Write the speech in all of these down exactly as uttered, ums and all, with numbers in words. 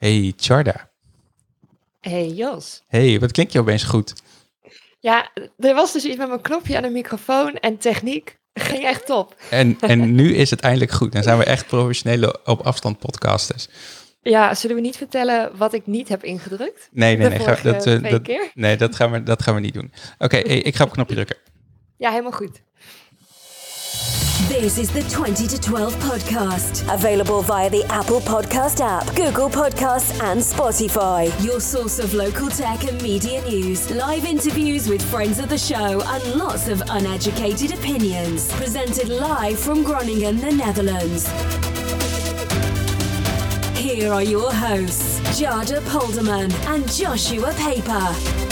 Hey Tjarda. Hey Jos. Hey, wat klinkt je opeens goed? Ja, er was dus iets met mijn knopje aan de microfoon en techniek. Ging echt top. En, en nu is het eindelijk goed. Dan zijn we echt professionele op afstand podcasters. Ja, zullen we niet vertellen wat ik niet heb ingedrukt? Nee, nee, nee. De Ga, vorige dat, uh, twee dat, keer? nee, dat gaan we, dat gaan we niet doen. Oké, okay, hey, ik ga op een knopje drukken. Ja, helemaal goed. This is the twenty to twelve podcast. Available via the Apple Podcast app, Google Podcasts and Spotify. Your source of local tech and media news. Live interviews with friends of the show and lots of uneducated opinions. Presented live from Groningen, the Netherlands. Here are your hosts, Tjarda Polderman and Joshua Paper.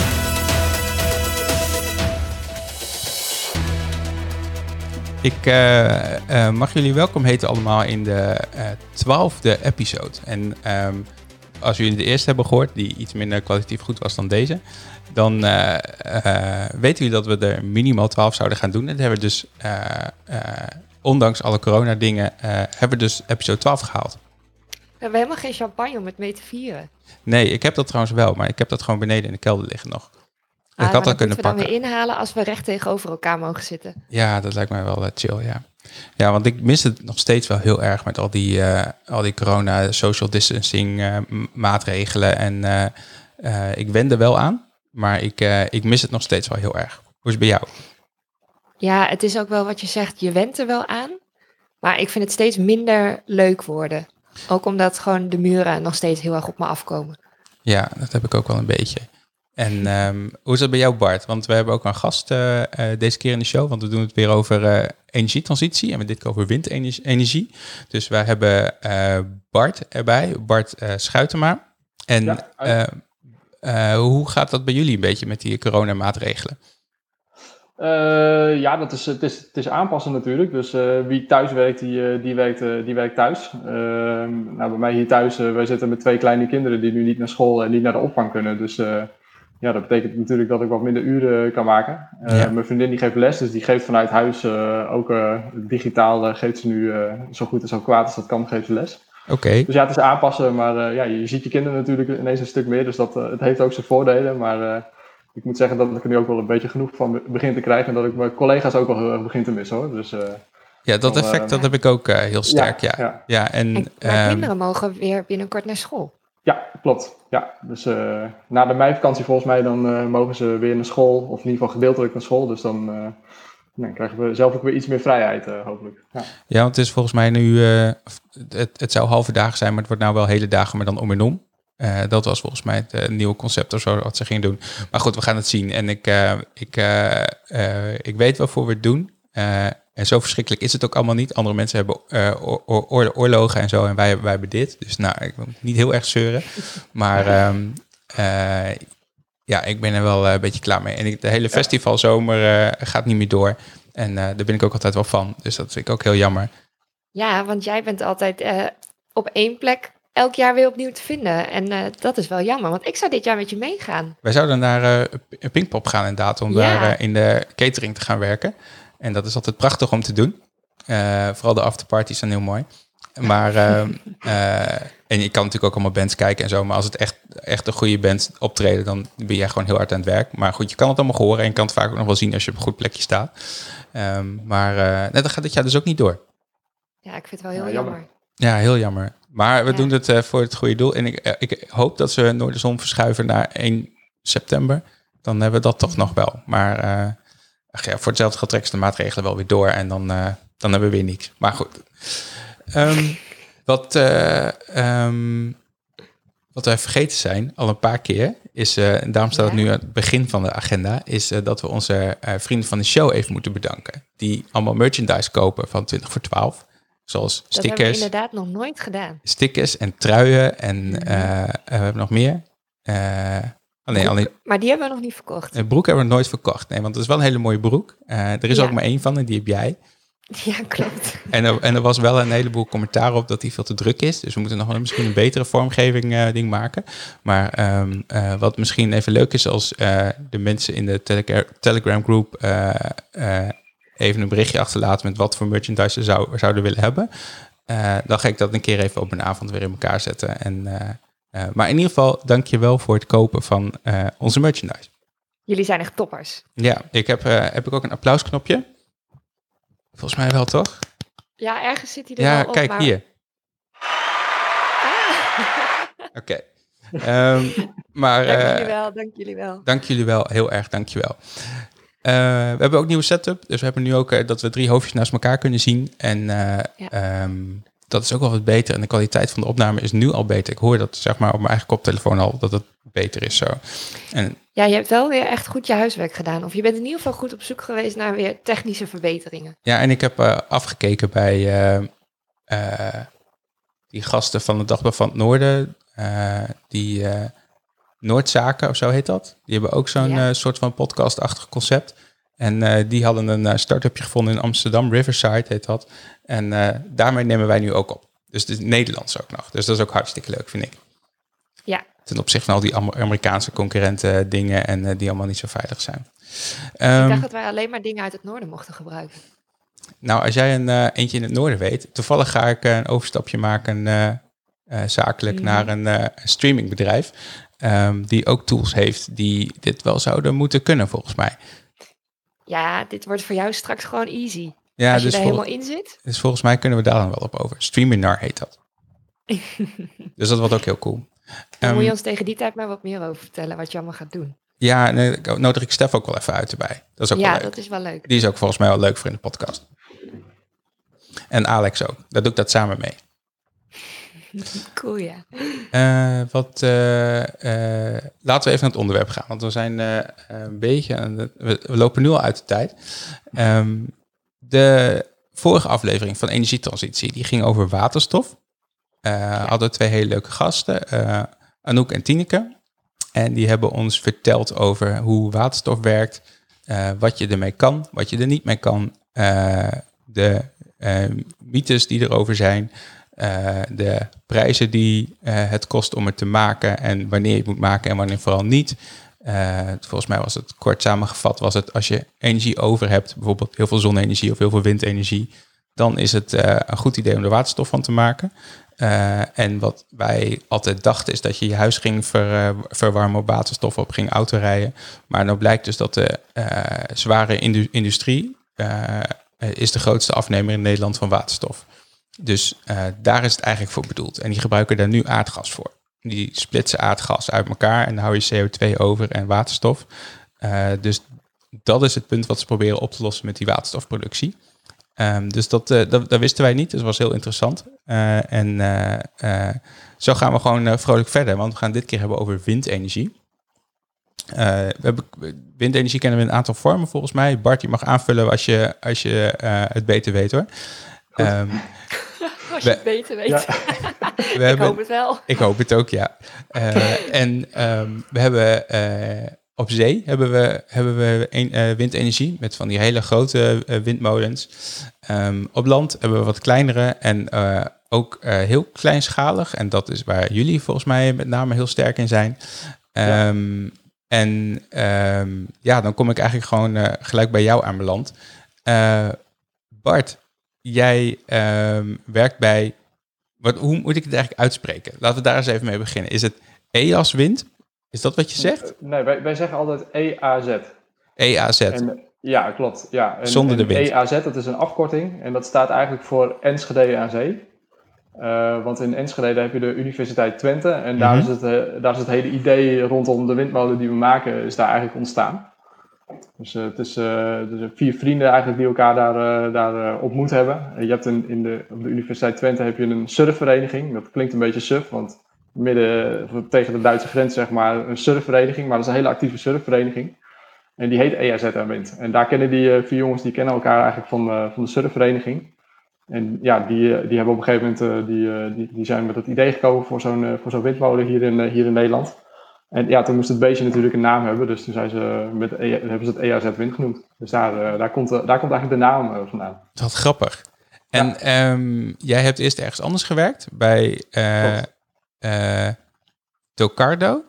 Ik uh, uh, mag jullie welkom heten allemaal in de uh, twaalfde episode. En um, als jullie de eerste hebben gehoord, die iets minder kwalitatief goed was dan deze, dan uh, uh, weten jullie dat we er minimaal twaalf zouden gaan doen. En dat hebben we dus, uh, uh, ondanks alle corona dingen, uh, hebben we dus episode twaalf gehaald. We hebben helemaal geen champagne om het mee te vieren. Nee, ik heb dat trouwens wel, maar ik heb dat gewoon beneden in de kelder liggen nog. Ah, ik had dat kunnen we pakken. Dan weer inhalen als we recht tegenover elkaar mogen zitten. Ja, dat lijkt mij wel uh, chill, ja. Ja, want ik mis het nog steeds wel heel erg met al die, uh, al die corona, social distancing uh, maatregelen. En uh, uh, ik wend er wel aan, maar ik, uh, ik mis het nog steeds wel heel erg. Hoe is het bij jou? Ja, het is ook wel wat je zegt, je went er wel aan. Maar ik vind het steeds minder leuk worden. Ook omdat gewoon de muren nog steeds heel erg op me afkomen. Ja, dat heb ik ook wel een beetje. En um, hoe is dat bij jou, Bart? Want we hebben ook een gast uh, uh, deze keer in de show. Want we doen het weer over uh, energietransitie. En we dit keer over windenergie. Dus wij hebben uh, Bart erbij. Bart uh, Schuitema. En ja, uh, uh, hoe gaat dat bij jullie een beetje met die coronamaatregelen? Uh, ja, dat is, het, is, het is aanpassen natuurlijk. Dus uh, wie thuis werkt, die, uh, die, werkt, uh, die werkt thuis. Uh, nou, bij mij hier thuis, uh, wij zitten met twee kleine kinderen die nu niet naar school en niet naar de opvang kunnen. Dus uh, ja, dat betekent natuurlijk dat ik wat minder uren kan maken. Uh, ja. Mijn vriendin die geeft les, dus die geeft vanuit huis uh, ook uh, digitaal uh, geeft ze nu uh, zo goed en zo kwaad als dat kan, geeft ze les. Oké. Okay. Dus ja, het is aanpassen, maar uh, ja, je ziet je kinderen natuurlijk ineens een stuk meer. Dus dat, uh, het heeft ook zijn voordelen, maar uh, ik moet zeggen dat ik er nu ook wel een beetje genoeg van begin te krijgen. En dat ik mijn collega's ook wel heel erg begin te missen, hoor. Dus, uh, ja, dat dan, effect uh, dat heb ik ook uh, heel sterk, ja. ja. ja. ja en, en mijn um, kinderen mogen weer binnenkort naar school. Ja, klopt. Ja, dus uh, na de meivakantie volgens mij dan uh, mogen ze weer naar school. Of in ieder geval gedeeltelijk naar school. Dus dan, uh, dan krijgen we zelf ook weer iets meer vrijheid, uh, hopelijk. Ja. ja, want het is volgens mij nu, uh, het, het zou halve dagen zijn, maar het wordt nou wel hele dagen, maar dan om en om. Uh, dat was volgens mij het uh, nieuwe concept of zo wat ze gingen doen. Maar goed, we gaan het zien. En ik, uh, ik, uh, uh, ik weet waarvoor we het doen. Uh, en zo verschrikkelijk is het ook allemaal niet. Andere mensen hebben uh, oor- oor- oorlogen en zo en wij, wij hebben dit. Dus nou, ik wil niet heel erg zeuren. Maar um, uh, ja, ik ben er wel uh, een beetje klaar mee. En ik, de hele festivalzomer uh, gaat niet meer door. En uh, daar ben ik ook altijd wel van. Dus dat vind ik ook heel jammer. Ja, want jij bent altijd uh, op één plek elk jaar weer opnieuw te vinden. En uh, dat is wel jammer, want ik zou dit jaar met je meegaan. Wij zouden naar uh, Pinkpop gaan inderdaad, om ja. daar uh, in de catering te gaan werken. En dat is altijd prachtig om te doen. Uh, vooral de afterparties zijn heel mooi. Maar, uh, uh, en je kan natuurlijk ook allemaal bands kijken en zo. Maar als het echt, echt een goede band optreden, dan ben jij gewoon heel hard aan het werk. Maar goed, je kan het allemaal horen en je kan het vaak ook nog wel zien als je op een goed plekje staat. Um, maar uh, net, dat gaat dit jaar dus ook niet door. Ja, ik vind het wel heel ja, jammer. jammer. Ja, heel jammer. Maar we ja. doen het uh, voor het goede doel. En ik, uh, ik hoop dat ze Noorderzon verschuiven naar één september. Dan hebben we dat toch nog wel. Maar uh, ach ja, voor hetzelfde geld trekken ze de maatregelen wel weer door. En dan, uh, dan hebben we weer niks. Maar goed. Um, wat, uh, um, wat wij vergeten zijn, al een paar keer, is, uh, en daarom staat het nu aan het begin van de agenda, is uh, dat we onze uh, vrienden van de show even moeten bedanken. Die allemaal merchandise kopen van twintig voor twaalf. Zoals dat stickers. Dat hebben we inderdaad nog nooit gedaan. Stickers en truien en mm-hmm. uh, uh, we hebben nog meer. Uh, oh nee, alleen, maar die hebben we nog niet verkocht. Een broek hebben we nooit verkocht. Nee, want het is wel een hele mooie broek. Uh, er is ja. ook maar één van en die heb jij. Ja, klopt. En er, en er was wel een heleboel commentaar op dat die veel te druk is. Dus we moeten nog wel misschien een betere vormgeving uh, ding maken. Maar um, uh, wat misschien even leuk is als uh, de mensen in de tele- Telegram groep uh, uh, even een berichtje achterlaten met wat voor merchandise ze zou, zouden willen hebben. Uh, dan ga ik dat een keer even op een avond weer in elkaar zetten. En uh, Uh, maar in ieder geval, dank je wel voor het kopen van uh, onze merchandise. Jullie zijn echt toppers. Ja, ik heb, uh, heb ik ook een applausknopje. Volgens mij wel, toch? Ja, ergens zit hij er ja, wel op. Kijk, maar... hier. Ah. Oké. Okay. Um, maar, dank uh, jullie wel, dank jullie wel. Dank jullie wel, heel erg, dank je wel. Uh, we hebben ook een nieuwe setup. Dus we hebben nu ook uh, dat we drie hoofdjes naast elkaar kunnen zien. En uh, ja. um, dat is ook wel wat beter. En de kwaliteit van de opname is nu al beter. Ik hoor dat zeg maar op mijn eigen koptelefoon al, dat het beter is zo. En, ja, je hebt wel weer echt goed je huiswerk gedaan. Of je bent in ieder geval goed op zoek geweest naar weer technische verbeteringen. Ja, en ik heb uh, afgekeken bij uh, uh, die gasten van de Dagblad van het Noorden. Uh, die uh, Noordzaken of zo heet dat. Die hebben ook zo'n ja. uh, soort van podcastachtig concept. En uh, die hadden een uh, start-upje gevonden in Amsterdam, Riverside heet dat. En uh, daarmee nemen wij nu ook op. Dus het is Nederlands ook nog. Dus dat is ook hartstikke leuk, vind ik. Ja. Ten opzichte van al die Amerikaanse concurrenten dingen en uh, die allemaal niet zo veilig zijn. Um, ik dacht dat wij alleen maar dingen uit het noorden mochten gebruiken. Nou, als jij een uh, eentje in het noorden weet, toevallig ga ik uh, een overstapje maken uh, uh, zakelijk mm. naar een uh, streamingbedrijf. Um, die ook tools heeft die dit wel zouden moeten kunnen, volgens mij. Ja, dit wordt voor jou straks gewoon easy. Ja, als je dus er vol- helemaal in zit. Dus volgens mij kunnen we daar dan wel op over. Streaminar heet dat. Dus dat wordt ook heel cool. Dan um, moet je ons tegen die tijd maar wat meer over vertellen wat je allemaal gaat doen. Ja, nee, nodig ik Stef ook wel even uit erbij. Dat is ook ja, wel leuk. dat is wel leuk. Die is ook volgens mij wel leuk voor in de podcast. En Alex ook. Daar doe ik dat samen mee. Cool, ja. Uh, wat, uh, uh, laten we even naar het onderwerp gaan. Want we zijn uh, een beetje... Aan de, we, we lopen nu al uit de tijd. Um, de vorige aflevering van Energietransitie, die ging over waterstof. Uh, ja. Hadden twee hele leuke gasten. Uh, Anouk en Tineke. En die hebben ons verteld over hoe waterstof werkt. Uh, wat je ermee kan, wat je er niet mee kan. Uh, de uh, mythes die erover zijn. Uh, de prijzen die uh, het kost om het te maken en wanneer je het moet maken en wanneer vooral niet. Uh, volgens mij was het kort samengevat, was het als je energie over hebt, bijvoorbeeld heel veel zonne-energie of heel veel windenergie, dan is het uh, een goed idee om er waterstof van te maken. Uh, en wat wij altijd dachten is dat je je huis ging ver, uh, verwarmen op waterstof, op ging autorijden. Maar nou blijkt dus dat de uh, zware indu- industrie uh, is de grootste afnemer in Nederland van waterstof. Dus uh, daar is het eigenlijk voor bedoeld. En die gebruiken daar nu aardgas voor. Die splitsen aardgas uit elkaar en dan hou je C O twee over en waterstof. Uh, dus dat is het punt wat ze proberen op te lossen met die waterstofproductie. Um, dus dat, uh, dat, dat wisten wij niet, dus dat was heel interessant. Uh, en uh, uh, zo gaan we gewoon uh, vrolijk verder, want we gaan dit keer hebben over windenergie. Uh, we hebben, windenergie kennen we in een aantal vormen volgens mij. Bart, je mag aanvullen als je, als je uh, het beter weet hoor. Um, Als je we, het beter weet. Ja. We ik hebben, hoop het wel. Ik hoop het ook, ja. Uh, en um, we hebben uh, op zee hebben we, hebben we een, uh, windenergie met van die hele grote uh, windmolens. Um, op land hebben we wat kleinere en uh, ook uh, heel kleinschalig. En dat is waar jullie volgens mij met name heel sterk in zijn. Um, ja. En um, ja, dan kom ik eigenlijk gewoon uh, gelijk bij jou aanbeland. Uh, Bart, jij um, werkt bij... Wat, hoe moet ik het eigenlijk uitspreken? Laten we daar eens even mee beginnen. Is het E A S Wind? Is dat wat je zegt? Nee, wij, wij zeggen altijd E A Z. E A Z. En, ja, klopt. Ja. En, Zonder de wind. E A Z, dat is een afkorting. En dat staat eigenlijk voor Enschede aan Zee. Uh, want in Enschede heb je de Universiteit Twente. En mm-hmm. daar, is het, uh, daar is het hele idee rondom de windmolen die we maken, is daar eigenlijk ontstaan. Dus uh, het is uh, dus vier vrienden eigenlijk die elkaar daar, uh, daar uh, ontmoet hebben. En je hebt een, in de, op de Universiteit Twente heb je een surfvereniging. Dat klinkt een beetje suf, want midden tegen de Duitse grens zeg maar een surfvereniging. Maar dat is een hele actieve surfvereniging. En die heet E A Z en Wind. En daar kennen die uh, vier jongens, die kennen elkaar eigenlijk van, uh, van de surfvereniging. En ja, die, die hebben op een gegeven moment, uh, die, uh, die, die zijn met het idee gekomen voor zo'n, uh, voor zo'n windmolen hier in, uh, hier in Nederland. En ja, toen moest het beestje natuurlijk een naam hebben, dus toen zijn ze met e, hebben ze het E A Z Wind genoemd. Dus daar, uh, daar, komt, uh, daar komt eigenlijk de naam uh, vandaan. Wat grappig. En ja. um, jij hebt eerst ergens anders gewerkt, bij uh, uh, Tocardo?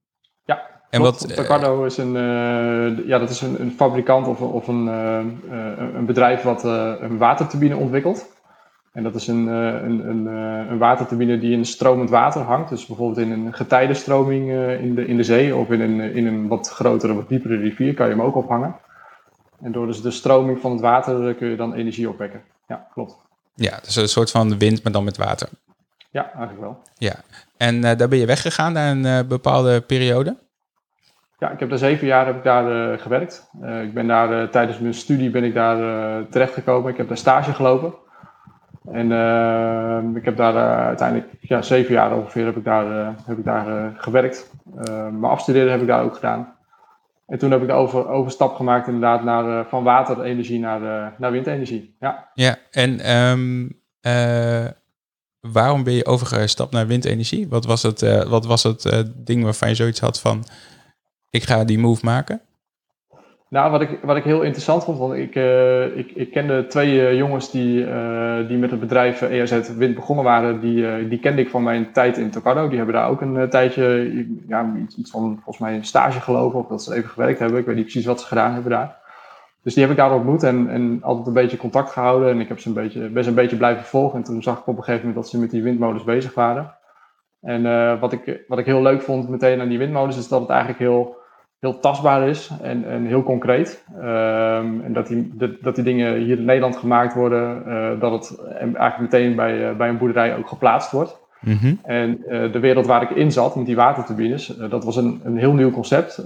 Ja, en wat, uh, Tocardo is een, uh, ja, dat is een, een fabrikant of, of een, uh, uh, een bedrijf wat uh, een waterturbine ontwikkelt. En dat is een, een, een, een waterturbine die in stromend water hangt. Dus bijvoorbeeld in een getijdenstroming in de, in de zee of in een, in een wat grotere, wat diepere rivier kan je hem ook ophangen. En door dus de stroming van het water kun je dan energie opwekken. Ja, klopt. Ja, dus een soort van wind, maar dan met water. Ja, eigenlijk wel. Ja, en uh, daar ben je weggegaan na een uh, bepaalde periode? Ja, ik heb daar zeven jaar heb ik daar uh, gewerkt. Uh, ik ben daar uh, tijdens mijn studie ben ik daar uh, terechtgekomen. Ik heb daar stage gelopen. En uh, ik heb daar uh, uiteindelijk ja, zeven jaar ongeveer heb ik daar, uh, heb ik daar uh, gewerkt. Uh, mijn afstuderen heb ik daar ook gedaan. En toen heb ik de over, overstap gemaakt inderdaad naar, uh, van waterenergie naar, uh, naar windenergie. Ja, ja en um, uh, waarom ben je overgestapt naar windenergie? Wat was het, uh, wat was het uh, ding waarvan je zoiets had van, ik ga die move maken? Nou, wat ik, wat ik heel interessant vond, want ik, uh, ik, ik kende twee uh, jongens die, uh, die met het bedrijf E A Z Wind begonnen waren. Die, uh, die kende ik van mijn tijd in Tocardo. Die hebben daar ook een uh, tijdje, ja, iets van volgens mij een stage gelopen. Of dat ze even gewerkt hebben. Ik weet niet precies wat ze gedaan hebben daar. Dus die heb ik daar ontmoet en, en altijd een beetje contact gehouden. En ik heb ze een beetje, best een beetje blijven volgen. En toen zag ik op een gegeven moment dat ze met die windmolens bezig waren. En uh, wat, ik, wat ik heel leuk vond meteen aan die windmolens is dat het eigenlijk heel... heel tastbaar is en, en heel concreet. Um, en dat die, de, dat die dingen hier in Nederland gemaakt worden, uh, dat het eigenlijk meteen bij, uh, bij een boerderij ook geplaatst wordt. Mm-hmm. En uh, de wereld waar ik in zat, met die waterturbines, uh, dat was een, een heel nieuw concept. Uh,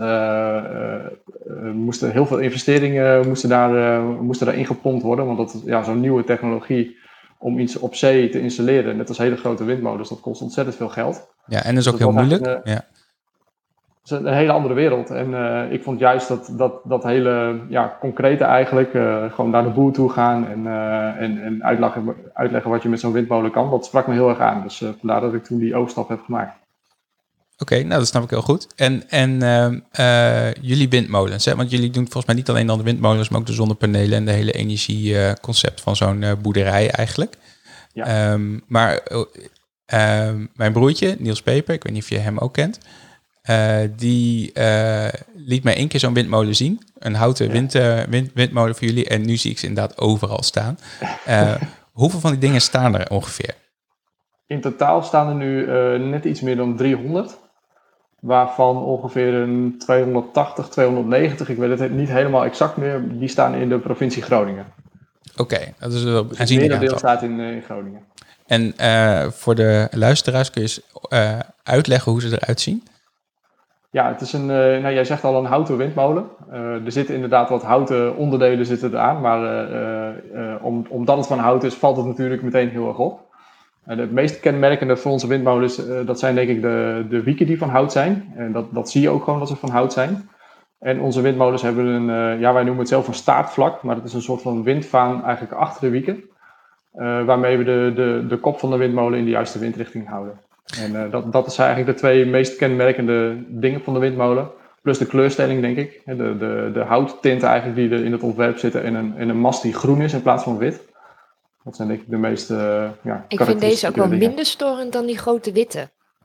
uh, uh, moesten heel veel investeringen moesten daar, uh, moesten daar ingepompt worden, want dat is ja, zo'n nieuwe technologie om iets op zee te installeren, net als hele grote windmolens, dat kost ontzettend veel geld. Ja, en dat is ook dus heel moeilijk. Een, uh, ja. Het is een hele andere wereld. En uh, ik vond juist dat, dat, dat hele ja, concrete eigenlijk, uh, gewoon naar de boer toe gaan en, uh, en, en uitleggen, uitleggen wat je met zo'n windmolen kan, dat sprak me heel erg aan. Dus uh, vandaar dat ik toen die overstap heb gemaakt. Oké, okay, nou dat snap ik heel goed. En, en uh, uh, jullie windmolens, hè? Want jullie doen volgens mij niet alleen dan de windmolens, maar ook de zonnepanelen en de hele energieconcept uh, van zo'n uh, boerderij eigenlijk. Ja. Um, maar uh, uh, mijn broertje, Niels Peper, ik weet niet of je hem ook kent, Uh, die uh, liet mij één keer zo'n windmolen zien. Een houten ja. wind, uh, wind, windmolen voor jullie. En nu zie ik ze inderdaad overal staan. Uh, hoeveel van die dingen staan er ongeveer? In totaal staan er nu uh, net iets meer dan driehonderd. Waarvan ongeveer een tweehonderdtachtig, tweehonderdnegentig, ik weet het niet helemaal exact meer, die staan in de provincie Groningen. Oké, okay, dat is wel dus het merendeel staat in, uh, in Groningen. En uh, voor de luisteraars kun je eens uh, uitleggen hoe ze eruit zien? Ja, het is een, uh, nou, jij zegt al een houten windmolen. Uh, er zitten inderdaad wat houten onderdelen zitten eraan, maar uh, uh, om, omdat het van hout is, valt het natuurlijk meteen heel erg op. Uh, het meest kenmerkende voor onze windmolens, uh, dat zijn denk ik de, de wieken die van hout zijn. En dat, dat zie je ook gewoon dat ze van hout zijn. En onze windmolens hebben een, uh, ja wij noemen het zelf een staartvlak, maar het is een soort van windvaan eigenlijk achter de wieken. Uh, waarmee we de, de, de kop van de windmolen in de juiste windrichting houden. En uh, dat, dat zijn eigenlijk de twee meest kenmerkende dingen van de windmolen. Plus de kleurstelling, denk ik. De, de, de houttinten eigenlijk die er in het ontwerp zitten en een, en een mast die groen is in plaats van wit. Dat zijn denk ik de meest uh, ja, Ik vind deze ook wel dingen. minder storend dan die grote witte.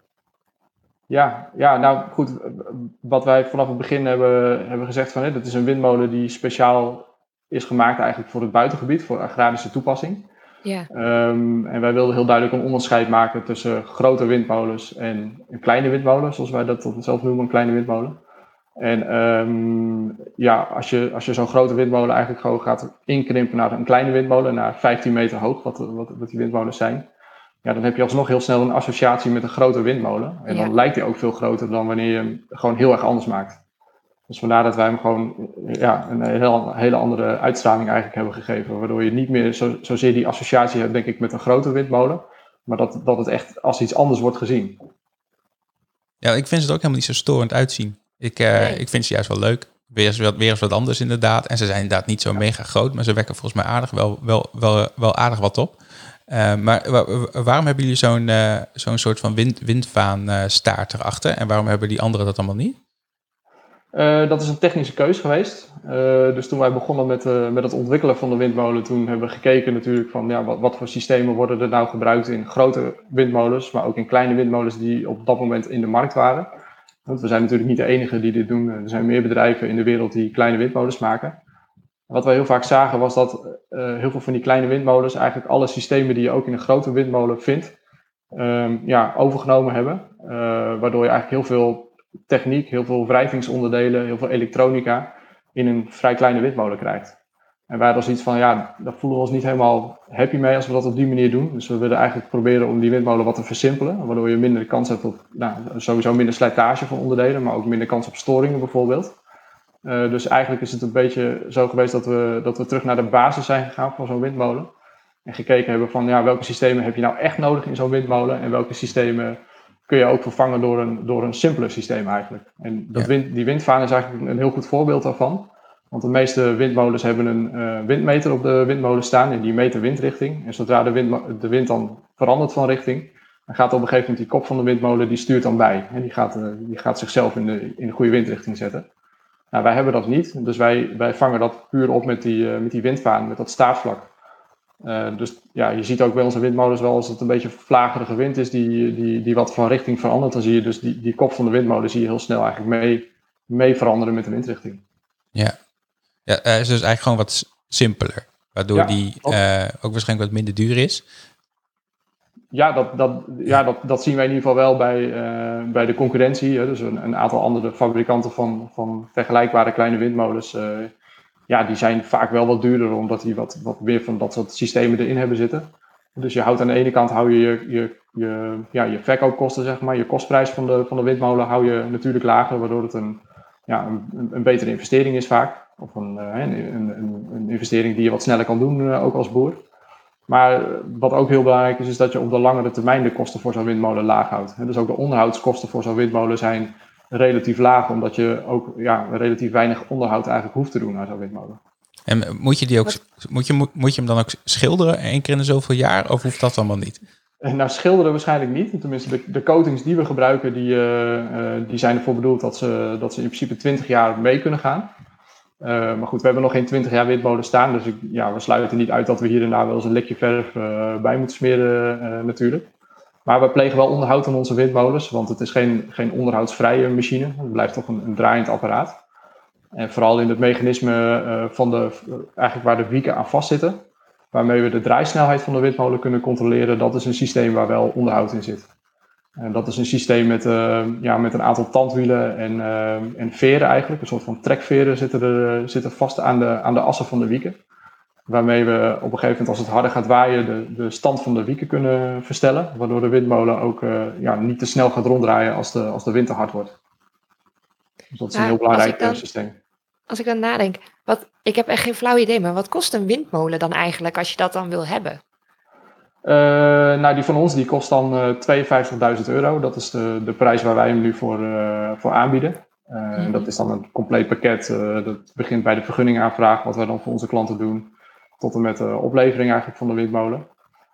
Ja, ja, nou goed. Wat wij vanaf het begin hebben, hebben gezegd van, hè, dat is een windmolen die speciaal is gemaakt eigenlijk voor het buitengebied, voor agrarische toepassing. Ja. Um, en wij wilden heel duidelijk een onderscheid maken tussen grote windmolens en een kleine windmolen, zoals wij dat zelf noemen, een kleine windmolen. En um, ja, als je, als je zo'n grote windmolen eigenlijk gewoon gaat inkrimpen naar een kleine windmolen, naar vijftien meter hoog, wat, wat, wat die windmolens zijn, ja, dan heb je alsnog heel snel een associatie met een grote windmolen. En dan ja. lijkt die ook veel groter dan wanneer je hem gewoon heel erg anders maakt. Dus vandaar dat wij hem gewoon ja, een heel, hele andere uitstraling eigenlijk hebben gegeven. Waardoor je niet meer zo, zozeer die associatie hebt, denk ik, met een grote windmolen. Maar dat, dat het echt als iets anders wordt gezien. Ja, ik vind ze er ook helemaal niet zo storend uitzien. Ik, uh, nee. ik vind ze juist wel leuk. Weer eens, wat, weer eens wat anders inderdaad. En ze zijn inderdaad niet zo ja. mega groot. Maar ze wekken volgens mij aardig wel, wel, wel, wel aardig wat op. Uh, maar wa- waarom hebben jullie zo'n, uh, zo'n soort van wind, windvaan uh, staart erachter? En waarom hebben die anderen dat allemaal niet? Uh, dat is een technische keus geweest. Uh, dus toen wij begonnen met, uh, met het ontwikkelen van de windmolen, toen hebben we gekeken natuurlijk van ja, wat, wat voor systemen worden er nou gebruikt in grote windmolens, maar ook in kleine windmolens die op dat moment in de markt waren. Want we zijn natuurlijk niet de enige die dit doen. Er zijn meer bedrijven in de wereld die kleine windmolens maken. Wat we heel vaak zagen was dat uh, heel veel van die kleine windmolens eigenlijk alle systemen die je ook in een grote windmolen vindt, um, ja, overgenomen hebben. Uh, waardoor je eigenlijk heel veel techniek, heel veel wrijvingsonderdelen, heel veel elektronica in een vrij kleine windmolen krijgt. En wij hadden zoiets van, ja, daar voelen we ons niet helemaal happy mee als we dat op die manier doen. Dus we willen eigenlijk proberen om die windmolen wat te versimpelen, waardoor je minder kans hebt op, nou, sowieso minder slijtage van onderdelen, maar ook minder kans op storingen bijvoorbeeld. Uh, dus eigenlijk is het een beetje zo geweest dat we, dat we terug naar de basis zijn gegaan van zo'n windmolen. En gekeken hebben van, ja, welke systemen heb je nou echt nodig in zo'n windmolen en welke systemen kun je ook vervangen door een, door een simpeler systeem eigenlijk. En dat Ja. wind, die windvaan is eigenlijk een heel goed voorbeeld daarvan. Want de meeste windmolens hebben een uh, windmeter op de windmolen staan en die meet de windrichting. En zodra de wind, de wind dan verandert van richting, dan gaat op een gegeven moment die kop van de windmolen, die stuurt dan bij. En die gaat, uh, die gaat zichzelf in de, in de goede windrichting zetten. Nou, wij hebben dat niet, dus wij, wij vangen dat puur op met die, uh, met die windvaan, met dat staafvlak. Uh, dus ja, je ziet ook bij onze windmolens wel, als het een beetje vlagerige wind is die, die, die wat van richting verandert, dan zie je dus die, die kop van de windmolen zie je heel snel eigenlijk mee, mee veranderen met de windrichting. Ja, ja uh, is dus eigenlijk gewoon wat simpeler, waardoor Ja, die uh, ook waarschijnlijk wat minder duur is. Ja, dat, dat, ja dat, dat zien wij in ieder geval wel bij, uh, bij de concurrentie. Hè. Dus een, een aantal andere fabrikanten van, van vergelijkbare kleine windmolens, uh, ja, die zijn vaak wel wat duurder, omdat die wat, wat meer van dat soort systemen erin hebben zitten. Dus je houdt aan de ene kant hou je je, je, je, ja, je verkoopkosten, zeg maar, je kostprijs van de, van de windmolen hou je natuurlijk lager, waardoor het een, ja, een, een betere investering is vaak. Of een, uh, een, een, een investering die je wat sneller kan doen, uh, ook als boer. Maar wat ook heel belangrijk is, is dat je op de langere termijn de kosten voor zo'n windmolen laag houdt. Dus ook de onderhoudskosten voor zo'n windmolen zijn relatief laag, omdat je ook ja, relatief weinig onderhoud eigenlijk hoeft te doen aan zo'n windmolen. En moet je die ook, moet je, moet, moet je hem dan ook schilderen één keer in de zoveel jaar, of hoeft dat allemaal niet? Nou, schilderen waarschijnlijk niet. Tenminste, de, de coatings die we gebruiken, die, uh, uh, die zijn ervoor bedoeld dat ze, dat ze in principe twintig jaar mee kunnen gaan. Uh, maar goed, we hebben nog geen twintig jaar windmolen staan, dus ik, ja, we sluiten niet uit dat we hier en daar wel eens een lekje verf uh, bij moeten smeren uh, natuurlijk. Maar we plegen wel onderhoud aan onze windmolens, want het is geen, geen onderhoudsvrije machine. Het blijft toch een, een draaiend apparaat. En vooral in het mechanisme uh, van de, uh, eigenlijk waar de wieken aan vastzitten, waarmee we de draaisnelheid van de windmolen kunnen controleren, dat is een systeem waar wel onderhoud in zit. En dat is een systeem met, uh, ja, met een aantal tandwielen en, uh, en veren eigenlijk. Een soort van trekveren zitten, er, zitten vast aan de, aan de assen van de wieken. Waarmee we op een gegeven moment, als het harder gaat waaien, de, de stand van de wieken kunnen verstellen. Waardoor de windmolen ook uh, ja, niet te snel gaat ronddraaien als de, als de wind te hard wordt. Dus dat is maar een heel belangrijk dan, systeem. Als ik dan nadenk, wat, ik heb echt geen flauw idee, maar wat kost een windmolen dan eigenlijk als je dat dan wil hebben? Uh, nou, die van ons die kost dan uh, tweeënvijftigduizend euro. Dat is de, de prijs waar wij hem nu voor, uh, voor aanbieden. Uh, mm-hmm. Dat is dan een compleet pakket. Uh, dat begint bij de vergunningaanvraag, wat wij dan voor onze klanten doen, tot en met de oplevering eigenlijk van de windmolen.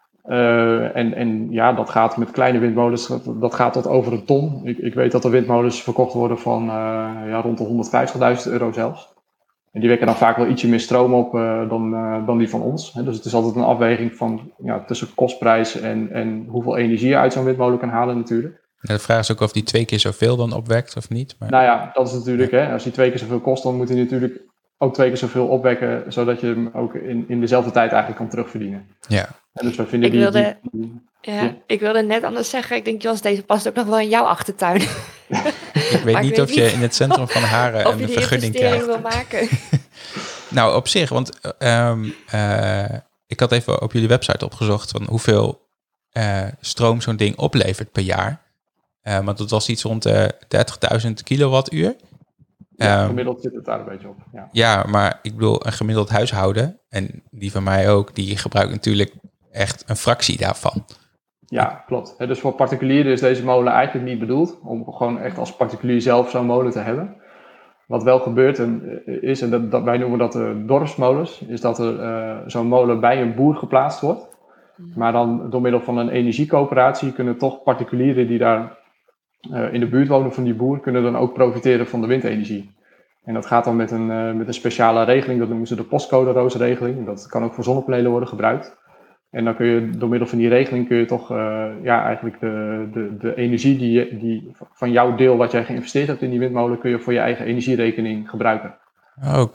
Uh, en, en ja, dat gaat met kleine windmolens, dat, dat gaat tot over een ton. Ik, ik weet dat er windmolens verkocht worden van uh, ja, rond de honderdvijftigduizend euro zelfs. En die wekken dan vaak wel ietsje meer stroom op uh, dan, uh, dan die van ons. He, dus het is altijd een afweging van, ja, tussen kostprijs en, en hoeveel energie je uit zo'n windmolen kan halen natuurlijk. Ja, de vraag is ook of die twee keer zoveel dan opwekt of niet. Maar... Nou ja, dat is natuurlijk, ja. Hè, als die twee keer zoveel kost, dan moet hij natuurlijk ook twee keer zoveel opwekken, zodat je hem ook in, in dezelfde tijd eigenlijk kan terugverdienen. Ja. En dus we vinden ik die, wilde, die, die, ja, ja. ik wilde net anders zeggen, ik denk Jos, deze past ook nog wel in jouw achtertuin. Ik weet niet ik weet of niet je in het centrum van Haren een vergunning krijgt. Wil maken. Nou, op zich, want um, uh, ik had even op jullie website opgezocht van hoeveel uh, stroom zo'n ding oplevert per jaar. Uh, want dat was iets rond de dertigduizend kilowattuur. Ja, um, gemiddeld zit het daar een beetje op. Ja. ja, maar ik bedoel, een gemiddeld huishouden, en die van mij ook, die gebruikt natuurlijk echt een fractie daarvan. Ja, klopt. He, dus voor particulieren is deze molen eigenlijk niet bedoeld om gewoon echt als particulier zelf zo'n molen te hebben. Wat wel gebeurt en, is, en dat, dat, wij noemen dat de dorpsmolens, is dat er uh, zo'n molen bij een boer geplaatst wordt. Maar dan door middel van een energiecoöperatie kunnen toch particulieren die daar uh, in de buurt wonen van die boer, kunnen dan ook profiteren van de windenergie. En dat gaat dan met een, uh, met een speciale regeling, dat noemen ze de postcode-roos-regeling. Dat kan ook voor zonnepanelen worden gebruikt. En dan kun je door middel van die regeling kun je toch uh, ja, eigenlijk de, de, de energie die, die van jouw deel wat jij geïnvesteerd hebt in die windmolen, kun je voor je eigen energierekening gebruiken. Oké. Okay.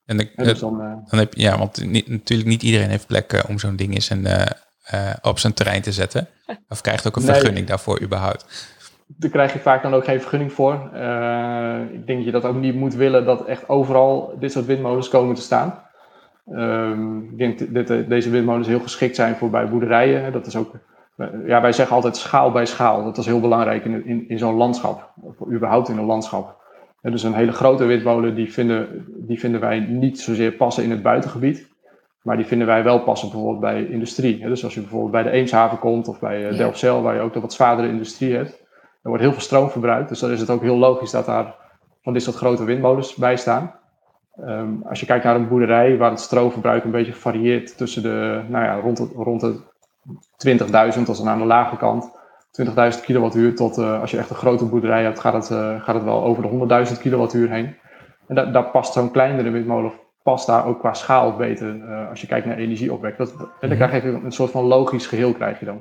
En de, En dus dan, uh, dan heb je, ja, want niet, natuurlijk niet iedereen heeft plek uh, om zo'n ding eens een, uh, uh, op zijn terrein te zetten. Of krijgt ook een vergunning nee, daarvoor überhaupt. Daar krijg je vaak dan ook geen vergunning voor. Uh, ik denk dat je dat ook niet moet willen dat echt overal dit soort windmolens komen te staan. Um, ik denk dat de, deze windmolens heel geschikt zijn voor bij boerderijen. Dat is ook, ja, wij zeggen altijd schaal bij schaal. Dat is heel belangrijk in, in, in zo'n landschap. Of überhaupt in een landschap. En dus een hele grote windmolen, die vinden, die vinden wij niet zozeer passen in het buitengebied. Maar die vinden wij wel passen bijvoorbeeld bij industrie. Dus als je bijvoorbeeld bij de Eemshaven komt of bij uh, Delfzijl, waar je ook de wat zwaardere industrie hebt. Er wordt heel veel stroom verbruikt. Dus dan is het ook heel logisch dat daar van dit soort grote windmolens bij staan. Um, als je kijkt naar een boerderij waar het stroomverbruik een beetje varieert tussen de, nou ja, rond de, rond de twintigduizend, als dan aan de lage kant, twintigduizend kilowattuur, tot uh, als je echt een grote boerderij hebt, gaat het, uh, gaat het wel over de honderdduizend kilowattuur heen. En da- daar past zo'n kleinere windmolen, past daar ook qua schaal beter, uh, als je kijkt naar energieopwek. Dat, mm-hmm. En dan krijg je een soort van logisch geheel krijg je dan.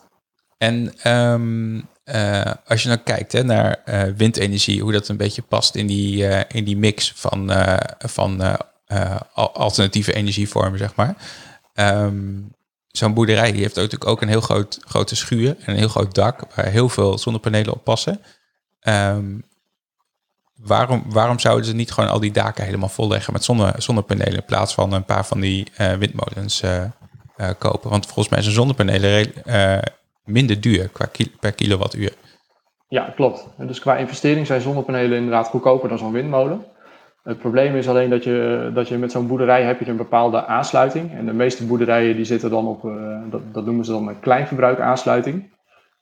En um, uh, als je nou kijkt hè, naar uh, windenergie, hoe dat een beetje past in die, uh, in die mix van, uh, van uh, uh, alternatieve energievormen, zeg maar. Um, zo'n boerderij die heeft natuurlijk ook een heel groot, grote schuur en een heel groot dak waar heel veel zonnepanelen op passen. Um, waarom, waarom zouden ze niet gewoon al die daken helemaal volleggen met zonne, zonnepanelen in plaats van een paar van die uh, windmolens uh, uh, kopen? Want volgens mij zijn zonnepanelen uh, minder duur qua ki- per kilowattuur. Ja, klopt. En dus qua investering zijn zonnepanelen inderdaad goedkoper dan zo'n windmolen. Het probleem is alleen dat je, dat je met zo'n boerderij heb je een bepaalde aansluiting. En de meeste boerderijen die zitten dan op, uh, dat, dat noemen ze dan een kleinverbruik aansluiting.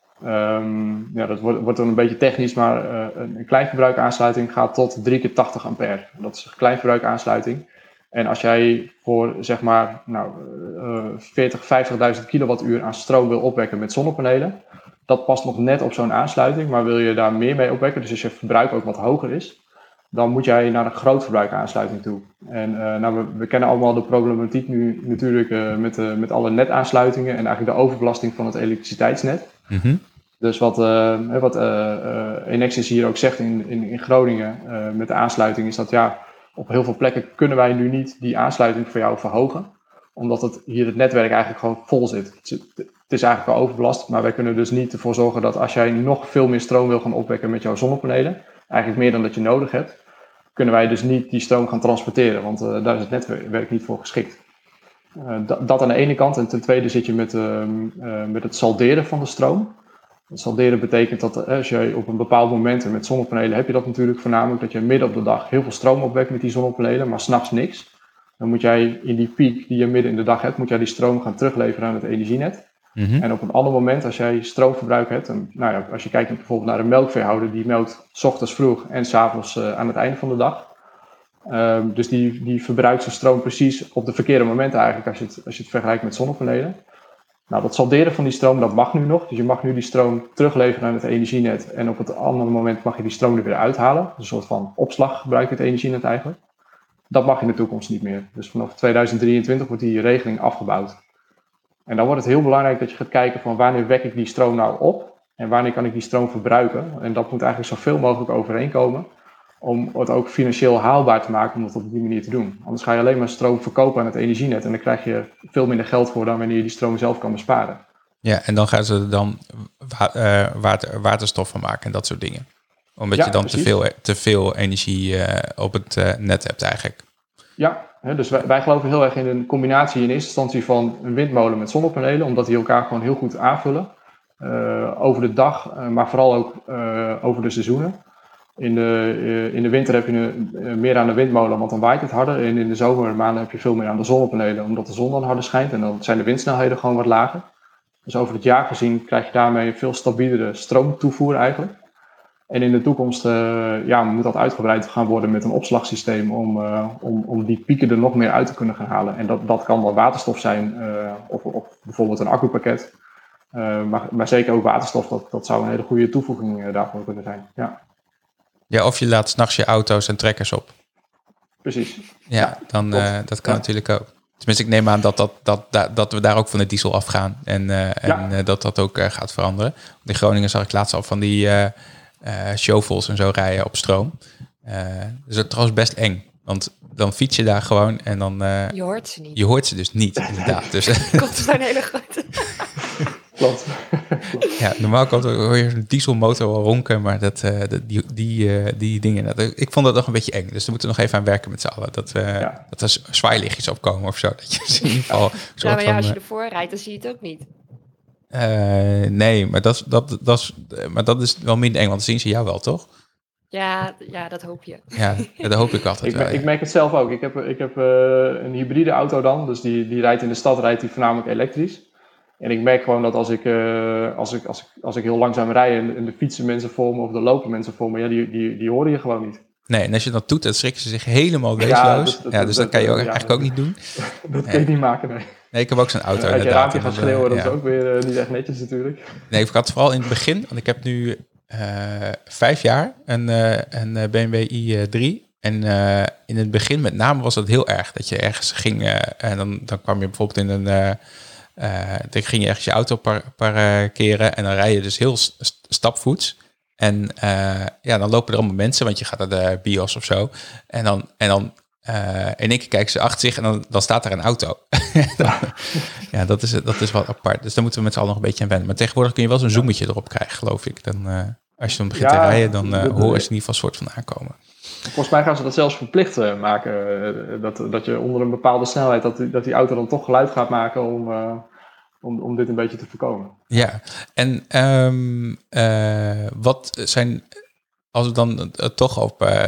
Um, ja, dat wordt, wordt dan een beetje technisch, maar uh, een kleinverbruik aansluiting gaat tot drie keer tachtig ampère. Dat is een kleinverbruik aansluiting. En als jij voor zeg maar nou, uh, veertig, vijftigduizend kilowattuur aan stroom wil opwekken met zonnepanelen, dat past nog net op zo'n aansluiting, maar wil je daar meer mee opwekken, dus als je verbruik ook wat hoger is, dan moet jij naar een grootverbruikaansluiting toe. En uh, nou, we, we kennen allemaal de problematiek nu natuurlijk uh, met, uh, met alle netaansluitingen en eigenlijk de overbelasting van het elektriciteitsnet. Mm-hmm. Dus wat, uh, wat uh, uh, Enexis hier ook zegt in, in, in Groningen uh, met de aansluiting is dat ja, op heel veel plekken kunnen wij nu niet die aansluiting voor jou verhogen. Omdat het hier het netwerk eigenlijk gewoon vol zit. Het is eigenlijk al overbelast, maar wij kunnen dus niet ervoor zorgen dat als jij nog veel meer stroom wil gaan opwekken met jouw zonnepanelen, eigenlijk meer dan dat je nodig hebt, kunnen wij dus niet die stroom gaan transporteren, want uh, daar is het netwerk niet voor geschikt. Uh, dat, dat aan de ene kant. En ten tweede zit je met, uh, uh, met het salderen van de stroom. Het salderen betekent dat uh, als je op een bepaald moment, en met zonnepanelen heb je dat natuurlijk voornamelijk, dat je midden op de dag heel veel stroom opwekt met die zonnepanelen, maar 's nachts niks. Dan moet jij in die piek die je midden in de dag hebt, moet jij die stroom gaan terugleveren aan het energienet. Mm-hmm. En op een ander moment, als jij stroomverbruik hebt, en, nou ja, als je kijkt bijvoorbeeld naar een melkveehouder, die melkt 's ochtends vroeg en 's avonds uh, aan het einde van de dag. Um, dus die, die verbruikt zijn stroom precies op de verkeerde momenten eigenlijk, als je het, als je het vergelijkt met zonnepanelen. Nou, dat salderen van die stroom, dat mag nu nog. Dus je mag nu die stroom terugleveren aan het energienet en op het andere moment mag je die stroom er weer uithalen. Dus een soort van opslag gebruikt het energienet eigenlijk. Dat mag in de toekomst niet meer. Dus vanaf tweeduizend drieëntwintig wordt die regeling afgebouwd. En dan wordt het heel belangrijk dat je gaat kijken van wanneer wek ik die stroom nou op en wanneer kan ik die stroom verbruiken. En dat moet eigenlijk zoveel mogelijk overeenkomen om het ook financieel haalbaar te maken om dat op die manier te doen. Anders ga je alleen maar stroom verkopen aan het energienet en dan krijg je veel minder geld voor dan wanneer je die stroom zelf kan besparen. Ja, en dan gaan ze er dan wa- uh, water, waterstof van maken en dat soort dingen. Omdat ja, je dan te veel, te veel energie uh, op het uh, net hebt eigenlijk. Ja, hè, dus wij, wij geloven heel erg in een combinatie in eerste instantie van een windmolen met zonnepanelen, omdat die elkaar gewoon heel goed aanvullen. Uh, over de dag, uh, maar vooral ook uh, over de seizoenen. In de, uh, in de winter heb je een, uh, meer aan de windmolen, want dan waait het harder. En in de zomermaanden heb je veel meer aan de zonnepanelen, omdat de zon dan harder schijnt. En dan zijn de windsnelheden gewoon wat lager. Dus over het jaar gezien krijg je daarmee een veel stabielere stroomtoevoer eigenlijk. En in de toekomst uh, ja, moet dat uitgebreid gaan worden met een opslagsysteem om, uh, om, om die pieken er nog meer uit te kunnen gaan halen. En dat, dat kan dan waterstof zijn uh, of, of bijvoorbeeld een accupakket. Uh, maar, maar zeker ook waterstof, dat, dat zou een hele goede toevoeging uh, daarvoor kunnen zijn. Ja. Ja, of je laat 's nachts je auto's en trekkers op. Precies. Ja, ja dan uh, dat kan ja. natuurlijk ook. Tenminste, ik neem aan dat, dat, dat, dat, dat we daar ook van de diesel afgaan en, uh, en ja. uh, dat dat ook uh, gaat veranderen. In Groningen zag ik laatst al van die uh, uh, shovels en zo rijden op stroom. Uh, dus dat is trouwens best eng. Want dan fiets je daar gewoon en dan... Uh, je hoort ze niet. Je hoort ze dus niet, inderdaad. Dus, komt er een hele grote... Klopt. Ja, normaal hoor je een dieselmotor wel ronken, maar dat, uh, die, die, uh, die dingen... Dat, ik vond dat nog een beetje eng, dus daar moeten we nog even aan werken met z'n allen. Dat, uh, ja. dat er zwaailichtjes opkomen of zo. Dat je in ieder geval... Ja, maar ja, als je ervoor rijdt, dan zie je het ook niet. Uh, nee, maar dat, dat, dat, maar dat is wel minder eng, want dan zien ze jou wel, toch? Ja, ja, dat hoop je. Ja, dat hoop ik altijd ik, wel. Ik ja. merk het zelf ook. Ik heb, ik heb uh, een hybride auto dan, dus die, die rijdt in de stad rijdt die voornamelijk elektrisch. En ik merk gewoon dat als ik, uh, als ik, als ik, als ik heel langzaam rijd en, en de fietsen mensen voor me of de lopen mensen voor me, ja, die, die, die horen je gewoon niet. Nee, en als je dat doet, dan schrikken ze zich helemaal weesloos. Ja, dus, dat, ja, dus dat, dat kan je ook, ja, eigenlijk ook niet doen. Dat kun je niet maken, nee. Nee, ik heb ook zo'n auto uh, inderdaad. Als je raampje gaat schreeuwen, dat ja. is ook weer uh, niet echt netjes natuurlijk. Nee, ik had vooral in het begin, want ik heb nu uh, vijf jaar een, uh, een B M W i drie. En uh, in het begin met name was dat heel erg. Dat je ergens ging uh, en dan, dan kwam je bijvoorbeeld in een... Uh, uh, dan ging je ergens je auto par, parkeren en dan rij je dus heel st- stapvoets. En uh, ja, dan lopen er allemaal mensen, want je gaat naar de bios of zo. En dan... En dan Uh, in één keer kijken ze achter zich en dan, dan staat er een auto. dan, ja, dat is, dat is wat apart. Dus daar moeten we met z'n allen nog een beetje aan wennen. Maar tegenwoordig kun je wel zo'n zoometje erop krijgen, geloof ik. Dan, uh, als je dan begint ja, te rijden, dan uh, horen ze in ieder geval een soort van aankomen. Volgens mij gaan ze dat zelfs verplicht uh, maken. Uh, dat, dat je onder een bepaalde snelheid, dat die, dat die auto dan toch geluid gaat maken om, uh, om, om dit een beetje te voorkomen. Ja, en um, uh, wat zijn, als we dan uh, toch op... Uh,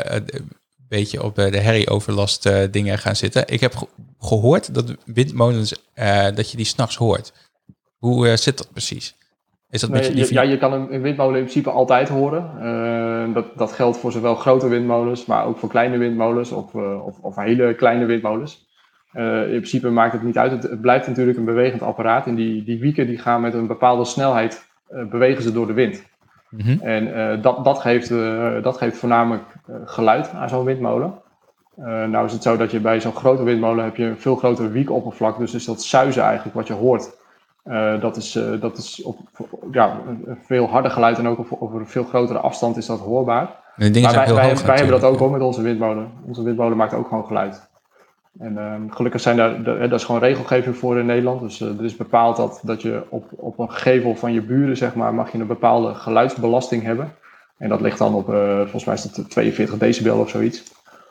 beetje op de herrieoverlast uh, dingen gaan zitten. Ik heb ge- gehoord dat windmolens, uh, dat je die 's nachts hoort. Hoe uh, zit dat precies? Is dat nee, beetje die... je, ja, je kan een, een windmolen in principe altijd horen. Uh, dat, dat geldt voor zowel grote windmolens, maar ook voor kleine windmolens of, uh, of, of hele kleine windmolens. Uh, in principe maakt het niet uit. Het, het blijft natuurlijk een bewegend apparaat. En die, die wieken die gaan met een bepaalde snelheid uh, bewegen ze door de wind. Mm-hmm. En uh, dat, dat, geeft, uh, dat geeft voornamelijk uh, geluid aan zo'n windmolen. Uh, nou is het zo dat je bij zo'n grote windmolen heb je een veel groter wiekoppervlak. Dus is dat suizen eigenlijk wat je hoort. Uh, dat is, uh, dat is op ja, een veel harder geluid en ook op, over een veel grotere afstand is dat hoorbaar. En die dingen maar zijn wij, heel wij, hoog, wij hebben dat ook hoor met onze windmolen. Onze windmolen maakt ook gewoon geluid. En uh, gelukkig zijn daar, daar is gewoon regelgeving voor in Nederland. Dus uh, er is bepaald dat, dat je op, op een gevel van je buren, zeg maar, mag je een bepaalde geluidsbelasting hebben. En dat ligt dan op, uh, volgens mij is dat tweeënveertig decibel of zoiets.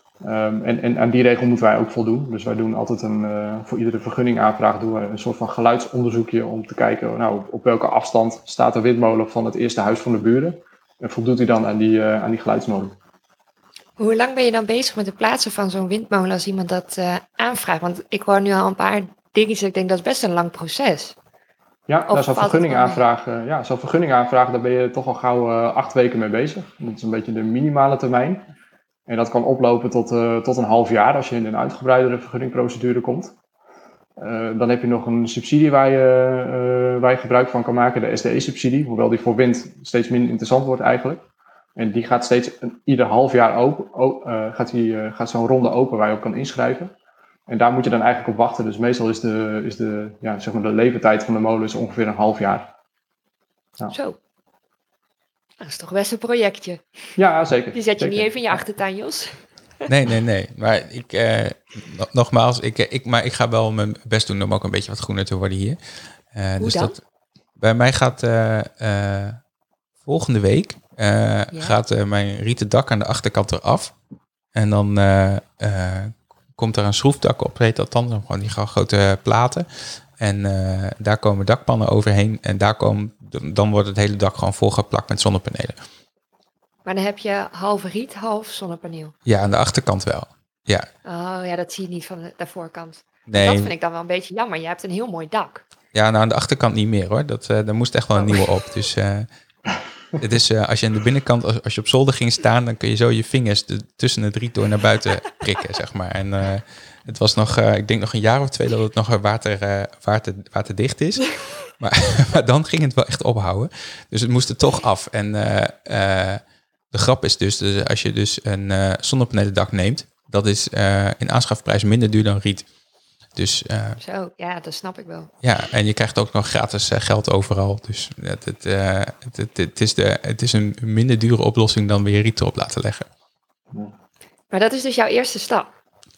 Um, en, en aan die regel moeten wij ook voldoen. Dus wij doen altijd een, uh, voor iedere vergunningaanvraag doen we een soort van geluidsonderzoekje om te kijken, nou, op welke afstand staat de windmolen van het eerste huis van de buren. En voldoet hij dan aan die, uh, aan die geluidsnorm. Hoe lang ben je dan bezig met het plaatsen van zo'n windmolen als iemand dat uh, aanvraagt? Want ik hoor nu al een paar dingetjes, ik denk dat is best een lang proces. Ja, nou, zo'n vergunningaanvraag, uh, ja, zo'n vergunningaanvraag, daar ben je toch al gauw uh, acht weken mee bezig. Dat is een beetje de minimale termijn. En dat kan oplopen tot, uh, tot een half jaar als je in een uitgebreidere vergunningprocedure komt. Uh, dan heb je nog een subsidie waar je, uh, waar je gebruik van kan maken, de S D E-subsidie. Hoewel die voor wind steeds minder interessant wordt eigenlijk. En die gaat steeds een, ieder half jaar open, o, uh, gaat, die, uh, gaat zo'n ronde open waar je op kan inschrijven. En daar moet je dan eigenlijk op wachten. Dus meestal is de, is de, ja, zeg maar de leeftijd van de molen is ongeveer een half jaar. Ja. Zo. Dat is toch best een projectje. Ja, zeker. Die zet je zeker. niet even in je achtertuin, Jos. Nee, nee, nee. Maar ik, uh, nogmaals, ik, ik, maar ik ga wel mijn best doen om ook een beetje wat groener te worden hier. Uh, Hoe dus dan? Dat, bij mij gaat uh, uh, volgende week uh, ja. gaat uh, mijn rieten dak aan de achterkant eraf. En dan uh, uh, komt er een schroefdak op, heet dat dan. Gewoon die grote platen. En uh, daar komen dakpannen overheen. En daar komen, dan wordt het hele dak gewoon volgeplakt met zonnepanelen. Maar dan heb je half riet, half zonnepaneel. Ja, aan de achterkant wel. Ja. Oh ja, dat zie je niet van de, de voorkant. Nee. Dat vind ik dan wel een beetje jammer. Je hebt een heel mooi dak. Ja, nou aan de achterkant niet meer hoor. Dat, uh, daar moest echt wel een oh. nieuwe op. Dus uh, het is, uh, als je aan de binnenkant, als, als je op zolder ging staan, dan kun je zo je vingers de, tussen het riet door naar buiten prikken, zeg maar. En uh, het was nog, uh, ik denk nog een jaar of twee dat het nog water, uh, water, waterdicht is. maar, maar dan ging het wel echt ophouden. Dus het moest er toch af. En uh, uh, de grap is dus, dus, als je dus een uh, zonnepanelendak neemt, dat is uh, in aanschafprijs minder duur dan riet. Dus, uh, Zo, ja, dat snap ik wel. Ja, en je krijgt ook nog gratis uh, geld overal. Dus het, het, uh, het, het, het, is de, het is een minder dure oplossing dan weer riet erop laten leggen. Maar dat is dus jouw eerste stap?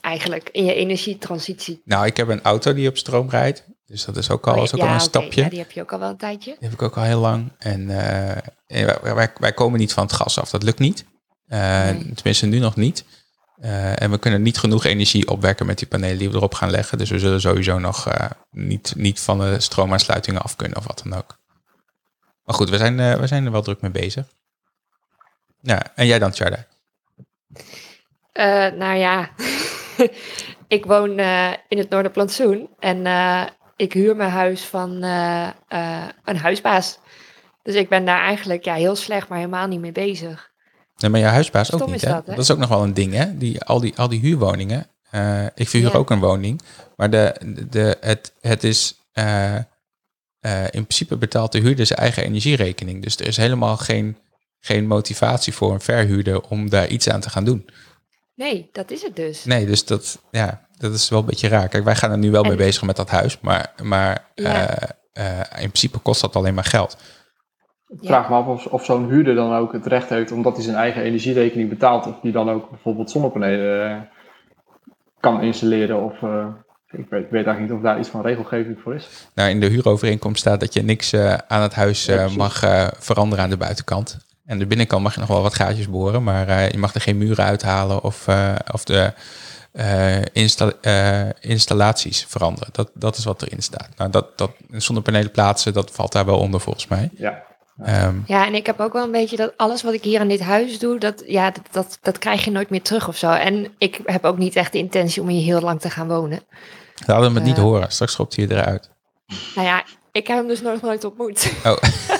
eigenlijk in je energietransitie? Nou, ik heb een auto die op stroom rijdt. Dus dat is ook al, Oh, ja, is ook ja, al een oké. stapje. Ja, die heb je ook al wel een tijdje. Die heb ik ook al heel lang. En uh, wij, wij, wij komen niet van het gas af. Dat lukt niet. Uh, nee. Tenminste, nu nog niet. Uh, en we kunnen niet genoeg energie opwekken met die panelen die we erop gaan leggen. Dus we zullen sowieso nog uh, niet, niet van de stroomaansluitingen af kunnen of wat dan ook. Maar goed, we zijn, uh, we zijn er wel druk mee bezig. Ja, en jij dan, Tjarda? Uh, nou ja, ik woon uh, in het Noorderplantsoen en uh, ik huur mijn huis van uh, uh, een huisbaas. Dus ik ben daar eigenlijk ja, heel slecht, maar helemaal niet mee bezig. Nee, maar je huisbaas Stom ook niet, is dat, hè? hè? Dat is ook nog wel een ding, hè? Die, al, die, al die huurwoningen. Uh, ik verhuur ja. ook een woning. Maar de, de, het, het is... Uh, uh, in principe betaalt de huurder zijn eigen energierekening. Dus er is helemaal geen, geen motivatie voor een verhuurder om daar iets aan te gaan doen. Nee, dat is het dus. Nee, dus dat, ja, dat is wel een beetje raar. Kijk, wij gaan er nu wel en... mee bezig met dat huis. Maar, maar ja. uh, uh, in principe kost dat alleen maar geld. Ik vraag me af of, of zo'n huurder dan ook het recht heeft, omdat hij zijn eigen energierekening betaalt, of die dan ook bijvoorbeeld zonnepanelen uh, kan installeren. Of uh, ik, weet, ik weet eigenlijk niet of daar iets van regelgeving voor is. Nou, in de huurovereenkomst staat dat je niks uh, aan het huis uh, ja, mag uh, veranderen aan de buitenkant. En de binnenkant mag je nog wel wat gaatjes boren, maar uh, je mag er geen muren uithalen of, uh, of de uh, insta- uh, installaties veranderen. Dat, dat is wat erin staat. Nou, dat, dat zonnepanelen plaatsen, dat valt daar wel onder volgens mij. Ja. Um, ja, en ik heb ook wel een beetje dat alles wat ik hier in dit huis doe, dat, ja, dat, dat, dat krijg je nooit meer terug of zo. En ik heb ook niet echt de intentie om hier heel lang te gaan wonen. Laten we het uh, niet horen. Straks schopt hij eruit. Nou ja, ik heb hem dus nog nooit ontmoet. Oh.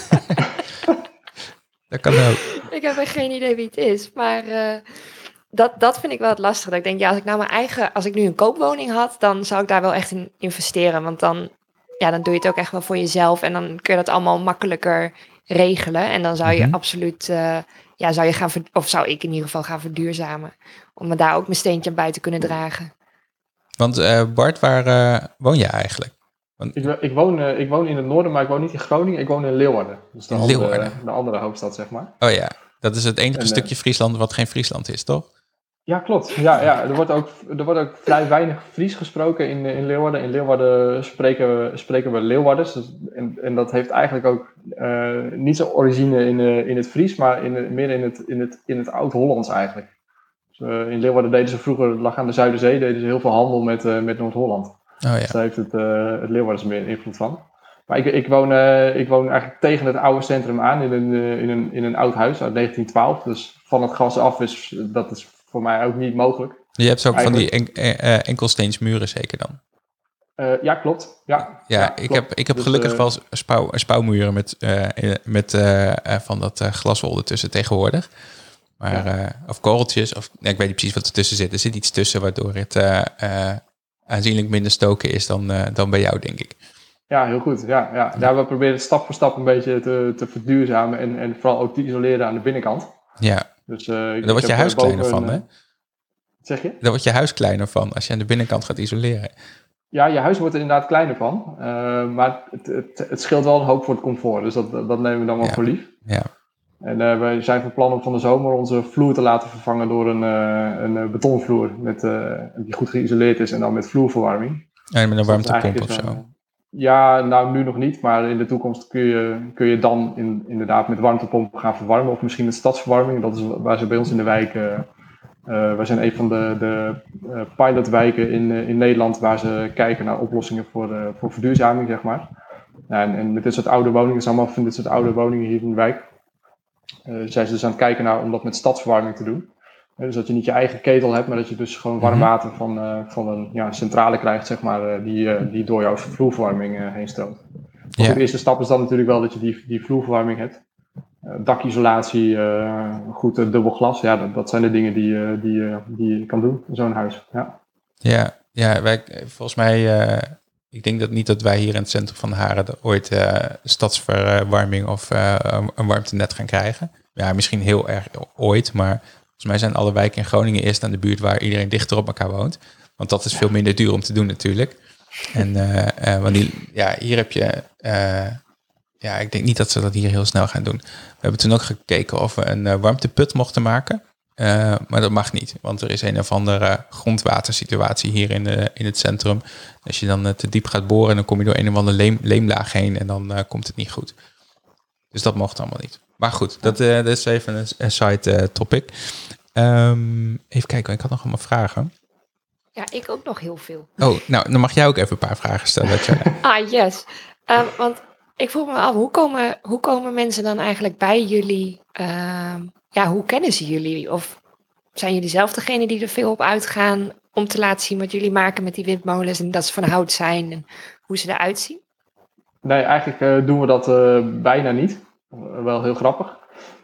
Dat kan ook. Ik heb echt geen idee wie het is. Maar uh, dat, dat vind ik wel het lastige. Dat ik denk, ja, als ik nou mijn eigen, als ik nu een koopwoning had, dan zou ik daar wel echt in investeren. Want dan, ja, dan doe je het ook echt wel voor jezelf. En dan kun je dat allemaal makkelijker regelen. En dan zou je mm-hmm. absoluut, uh, ja, zou je gaan, ver, of zou ik in ieder geval gaan verduurzamen. Om me daar ook mijn steentje bij te kunnen dragen. Want uh, Bart, waar uh, woon je eigenlijk? Want... Ik, ik, woon, uh, ik woon in het noorden, maar ik woon niet in Groningen. Ik woon in Leeuwarden. Dus de, Leeuwarden. Andere, de andere hoofdstad, zeg maar. Oh ja, dat is het enige en, stukje uh, Friesland wat geen Friesland is, toch? Ja, klopt. Ja, ja, er, wordt ook, er wordt ook vrij weinig Fries gesproken in, in Leeuwarden. In Leeuwarden spreken we, spreken we Leeuwarders. Dus, en, en dat heeft eigenlijk ook uh, niet zo origine in, uh, in het Fries, maar in, meer in het, in het, in het Oud-Hollands eigenlijk. Dus, uh, in Leeuwarden deden ze vroeger, lag aan de Zuiderzee, deden ze heel veel handel met, uh, met Noord-Holland. Oh, ja. Dus daar heeft het, uh, het Leeuwarders meer invloed van. Maar ik, ik, woon, uh, ik woon eigenlijk tegen het oude centrum aan in een, uh, in een, in een oud huis uit negentien twaalf. Dus van het gas af is dat is voor mij ook niet mogelijk. Je hebt ook eigenlijk van die en, uh, enkelsteensmuren zeker dan? Uh, ja, klopt. Ja, ja, ja ik, klopt. Heb, ik heb dus, gelukkig uh, wel spouw, spouwmuren met, uh, met uh, uh, van dat uh, glaswol ertussen tegenwoordig. Maar, ja. uh, of korreltjes, of nee, ik weet niet precies wat ertussen zit. Er zit iets tussen waardoor het uh, uh, aanzienlijk minder stoken is dan, uh, dan bij jou, denk ik. Ja, heel goed. Ja, ja. ja, we proberen het stap voor stap een beetje te, te verduurzamen en, en vooral ook te isoleren aan de binnenkant. Ja, dus, uh, daar wordt je huis kleiner van, hè? Wat zeg je? Daar wordt je huis kleiner van als je aan de binnenkant gaat isoleren. Ja, je huis wordt er inderdaad kleiner van. Uh, maar het, het, het scheelt wel een hoop voor het comfort. Dus dat, dat nemen we dan wel ja. voor lief. Ja. En uh, wij zijn van plan om van de zomer onze vloer te laten vervangen door een, uh, een uh, betonvloer. Met, uh, die goed geïsoleerd is en dan met vloerverwarming. En met een warmtepomp of zo. Een, ja, nou nu nog niet. Maar in de toekomst kun je, kun je dan in, inderdaad met warmtepomp gaan verwarmen. Of misschien met stadsverwarming. Dat is waar ze bij ons in de wijk... Uh, Uh, wij zijn een van de, de uh, pilotwijken in, uh, in Nederland waar ze kijken naar oplossingen voor, uh, voor verduurzaming, zeg maar. Ja, en, en met dit soort oude woningen, allemaal van dit soort oude woningen hier in de wijk, uh, zijn ze dus aan het kijken naar om dat met stadsverwarming te doen. Uh, dus dat je niet je eigen ketel hebt, maar dat je dus gewoon warm water van, uh, van een ja, centrale krijgt, zeg maar, uh, die, uh, die door jouw vloerverwarming uh, heen stroomt. Ja. De eerste stap is dan natuurlijk wel dat je die, die vloerverwarming hebt. Uh, dakisolatie, uh, goed uh, dubbel glas, ja, dat, dat zijn de dingen die, uh, die, uh, die je kan doen in zo'n huis. Ja, ja, ja wij, volgens mij, uh, ik denk dat niet dat wij hier in het centrum van Haren ooit uh, stadsverwarming of uh, een warmtenet gaan krijgen. Ja, misschien heel erg ooit, maar volgens mij zijn alle wijken in Groningen eerst aan de buurt waar iedereen dichter op elkaar woont. Want dat is veel minder duur om te doen natuurlijk. En uh, uh, want die, ja, hier heb je... Uh, Ja, ik denk niet dat ze dat hier heel snel gaan doen. We hebben toen ook gekeken of we een uh, warmteput mochten maken. Uh, maar dat mag niet, want er is een of andere grondwatersituatie hier in, de, in het centrum. Als je dan uh, te diep gaat boren, dan kom je door een of andere leem, leemlaag heen en dan uh, komt het niet goed. Dus dat mocht allemaal niet. Maar goed, dat, uh, dat is even een, een side uh, topic. Um, even kijken, ik had nog allemaal vragen. Ja, ik ook nog heel veel. Oh, nou, dan mag jij ook even een paar vragen stellen. ah, yes. Um, want ik vroeg me af, hoe komen, hoe komen mensen dan eigenlijk bij jullie? Uh, ja, hoe kennen ze jullie? Of zijn jullie zelf degene die er veel op uitgaan om te laten zien wat jullie maken met die windmolens en dat ze van hout zijn en hoe ze eruit zien? Nee, eigenlijk uh, doen we dat uh, bijna niet. Uh, wel heel grappig.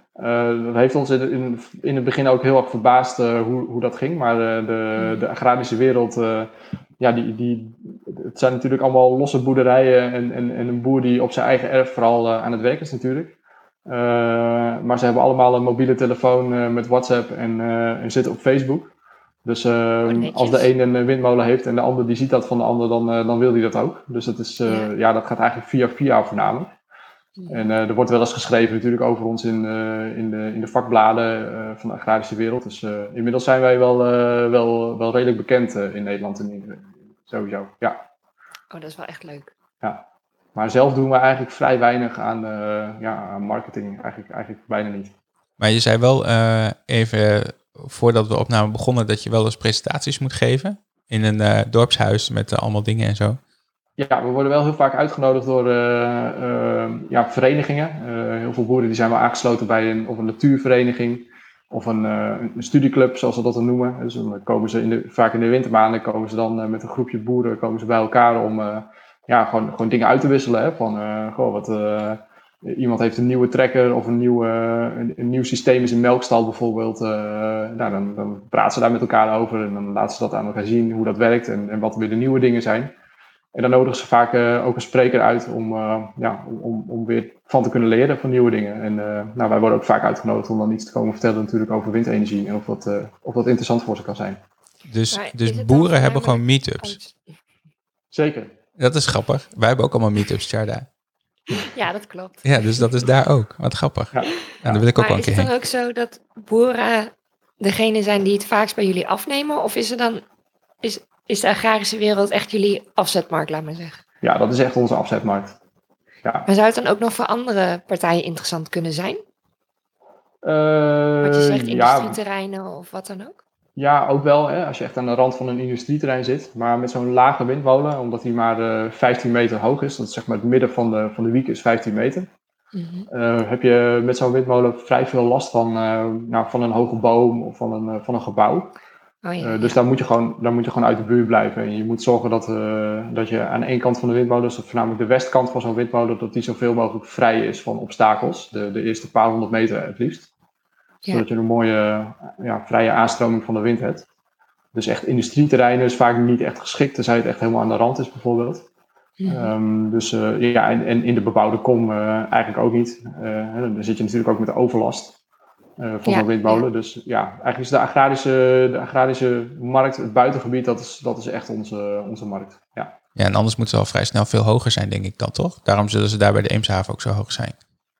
Uh, dat heeft ons in, in, in het begin ook heel erg verbaasd uh, hoe, hoe dat ging. Maar uh, de, de agrarische wereld, uh, ja, die, die, het zijn natuurlijk allemaal losse boerderijen en, en, en een boer die op zijn eigen erf vooral uh, aan het werk is natuurlijk. Uh, maar ze hebben allemaal een mobiele telefoon uh, met WhatsApp en, uh, en zitten op Facebook. Dus uh, als de een een windmolen heeft en de ander die ziet dat van de ander, dan, uh, dan wil die dat ook. Dus dat, is, uh, ja. ja, dat gaat eigenlijk via via voornamelijk. Ja. En uh, er wordt wel eens geschreven natuurlijk over ons in, uh, in, de, in de vakbladen uh, van de agrarische wereld. Dus uh, inmiddels zijn wij wel, uh, wel, wel redelijk bekend uh, in Nederland en in, sowieso. Ja. Oh, dat is wel echt leuk. Ja. Maar zelf doen we eigenlijk vrij weinig aan, uh, ja, aan marketing. Eigenlijk, eigenlijk bijna niet. Maar je zei wel uh, even voordat we opname begonnen dat je wel eens presentaties moet geven in een uh, dorpshuis met uh, allemaal dingen en zo. Ja, we worden wel heel vaak uitgenodigd door uh, uh, ja, verenigingen. Uh, heel veel boeren die zijn wel aangesloten bij een, of een natuurvereniging of een, uh, een studieclub, zoals we dat dan noemen. Dus dan komen ze in de, vaak in de wintermaanden komen ze dan uh, met een groepje boeren komen ze bij elkaar om uh, ja, gewoon, gewoon dingen uit te wisselen. Hè? Van, uh, goh, wat, uh, iemand heeft een nieuwe trekker of een, nieuwe, een, een nieuw systeem in zijn melkstal bijvoorbeeld. Uh, nou, dan, dan praten ze daar met elkaar over en dan laten ze dat aan elkaar zien hoe dat werkt en, en wat weer de nieuwe dingen zijn. En dan nodigen ze vaak uh, ook een spreker uit om, uh, ja, om, om weer van te kunnen leren van nieuwe dingen. En uh, nou, wij worden ook vaak uitgenodigd om dan iets te komen vertellen natuurlijk over windenergie en of dat, uh, of dat interessant voor ze kan zijn. Dus, dus boeren hebben gewoon meetups? Zeker. Dat is grappig. Wij hebben ook allemaal meetups, Tjarda. Ja, dat klopt. Ja, dus dat is daar ook. Wat grappig. Ja. En dan wil ik ook maar wel een keer heen. Is het dan ook zo dat boeren degene zijn die het vaakst bij jullie afnemen? Of is er dan... Is, Is de agrarische wereld echt jullie afzetmarkt, laat maar zeggen? Ja, dat is echt onze afzetmarkt. Ja. Maar zou het dan ook nog voor andere partijen interessant kunnen zijn? Uh, wat je zegt, industrieterreinen ja, of wat dan ook? Ja, ook wel. Hè, als je echt aan de rand van een industrieterrein zit. Maar met zo'n lage windmolen, omdat die maar uh, vijftien meter hoog is. Dat is zeg maar het midden van de, van de wiek is vijftien meter. Mm-hmm. Uh, heb je met zo'n windmolen vrij veel last van, uh, nou, van een hoge boom of van een, uh, van een gebouw. Oh, ja, uh, dus ja. daar, moet je gewoon, daar moet je gewoon uit de buurt blijven. En je moet zorgen dat, uh, dat je aan één kant van de windmolen, dus voornamelijk de westkant van zo'n windmolen, dat die zoveel mogelijk vrij is van obstakels. De, de eerste paar honderd meter het liefst. Ja. Zodat je een mooie ja, vrije aanstroming van de wind hebt. Dus echt industrieterreinen is vaak niet echt geschikt, tenzij het echt helemaal aan de rand is bijvoorbeeld. Ja. Um, dus uh, ja, en, en in de bebouwde kom uh, eigenlijk ook niet. Uh, dan zit je natuurlijk ook met de overlast. Uh, van ja, zo'n windmolen. Ja. Dus ja, eigenlijk is de agrarische, de agrarische markt, het buitengebied, dat is, dat is echt onze, onze markt. Ja. Ja, en anders moeten ze al vrij snel veel hoger zijn, denk ik dan toch? Daarom zullen ze daar bij de Eemshaven ook zo hoog zijn.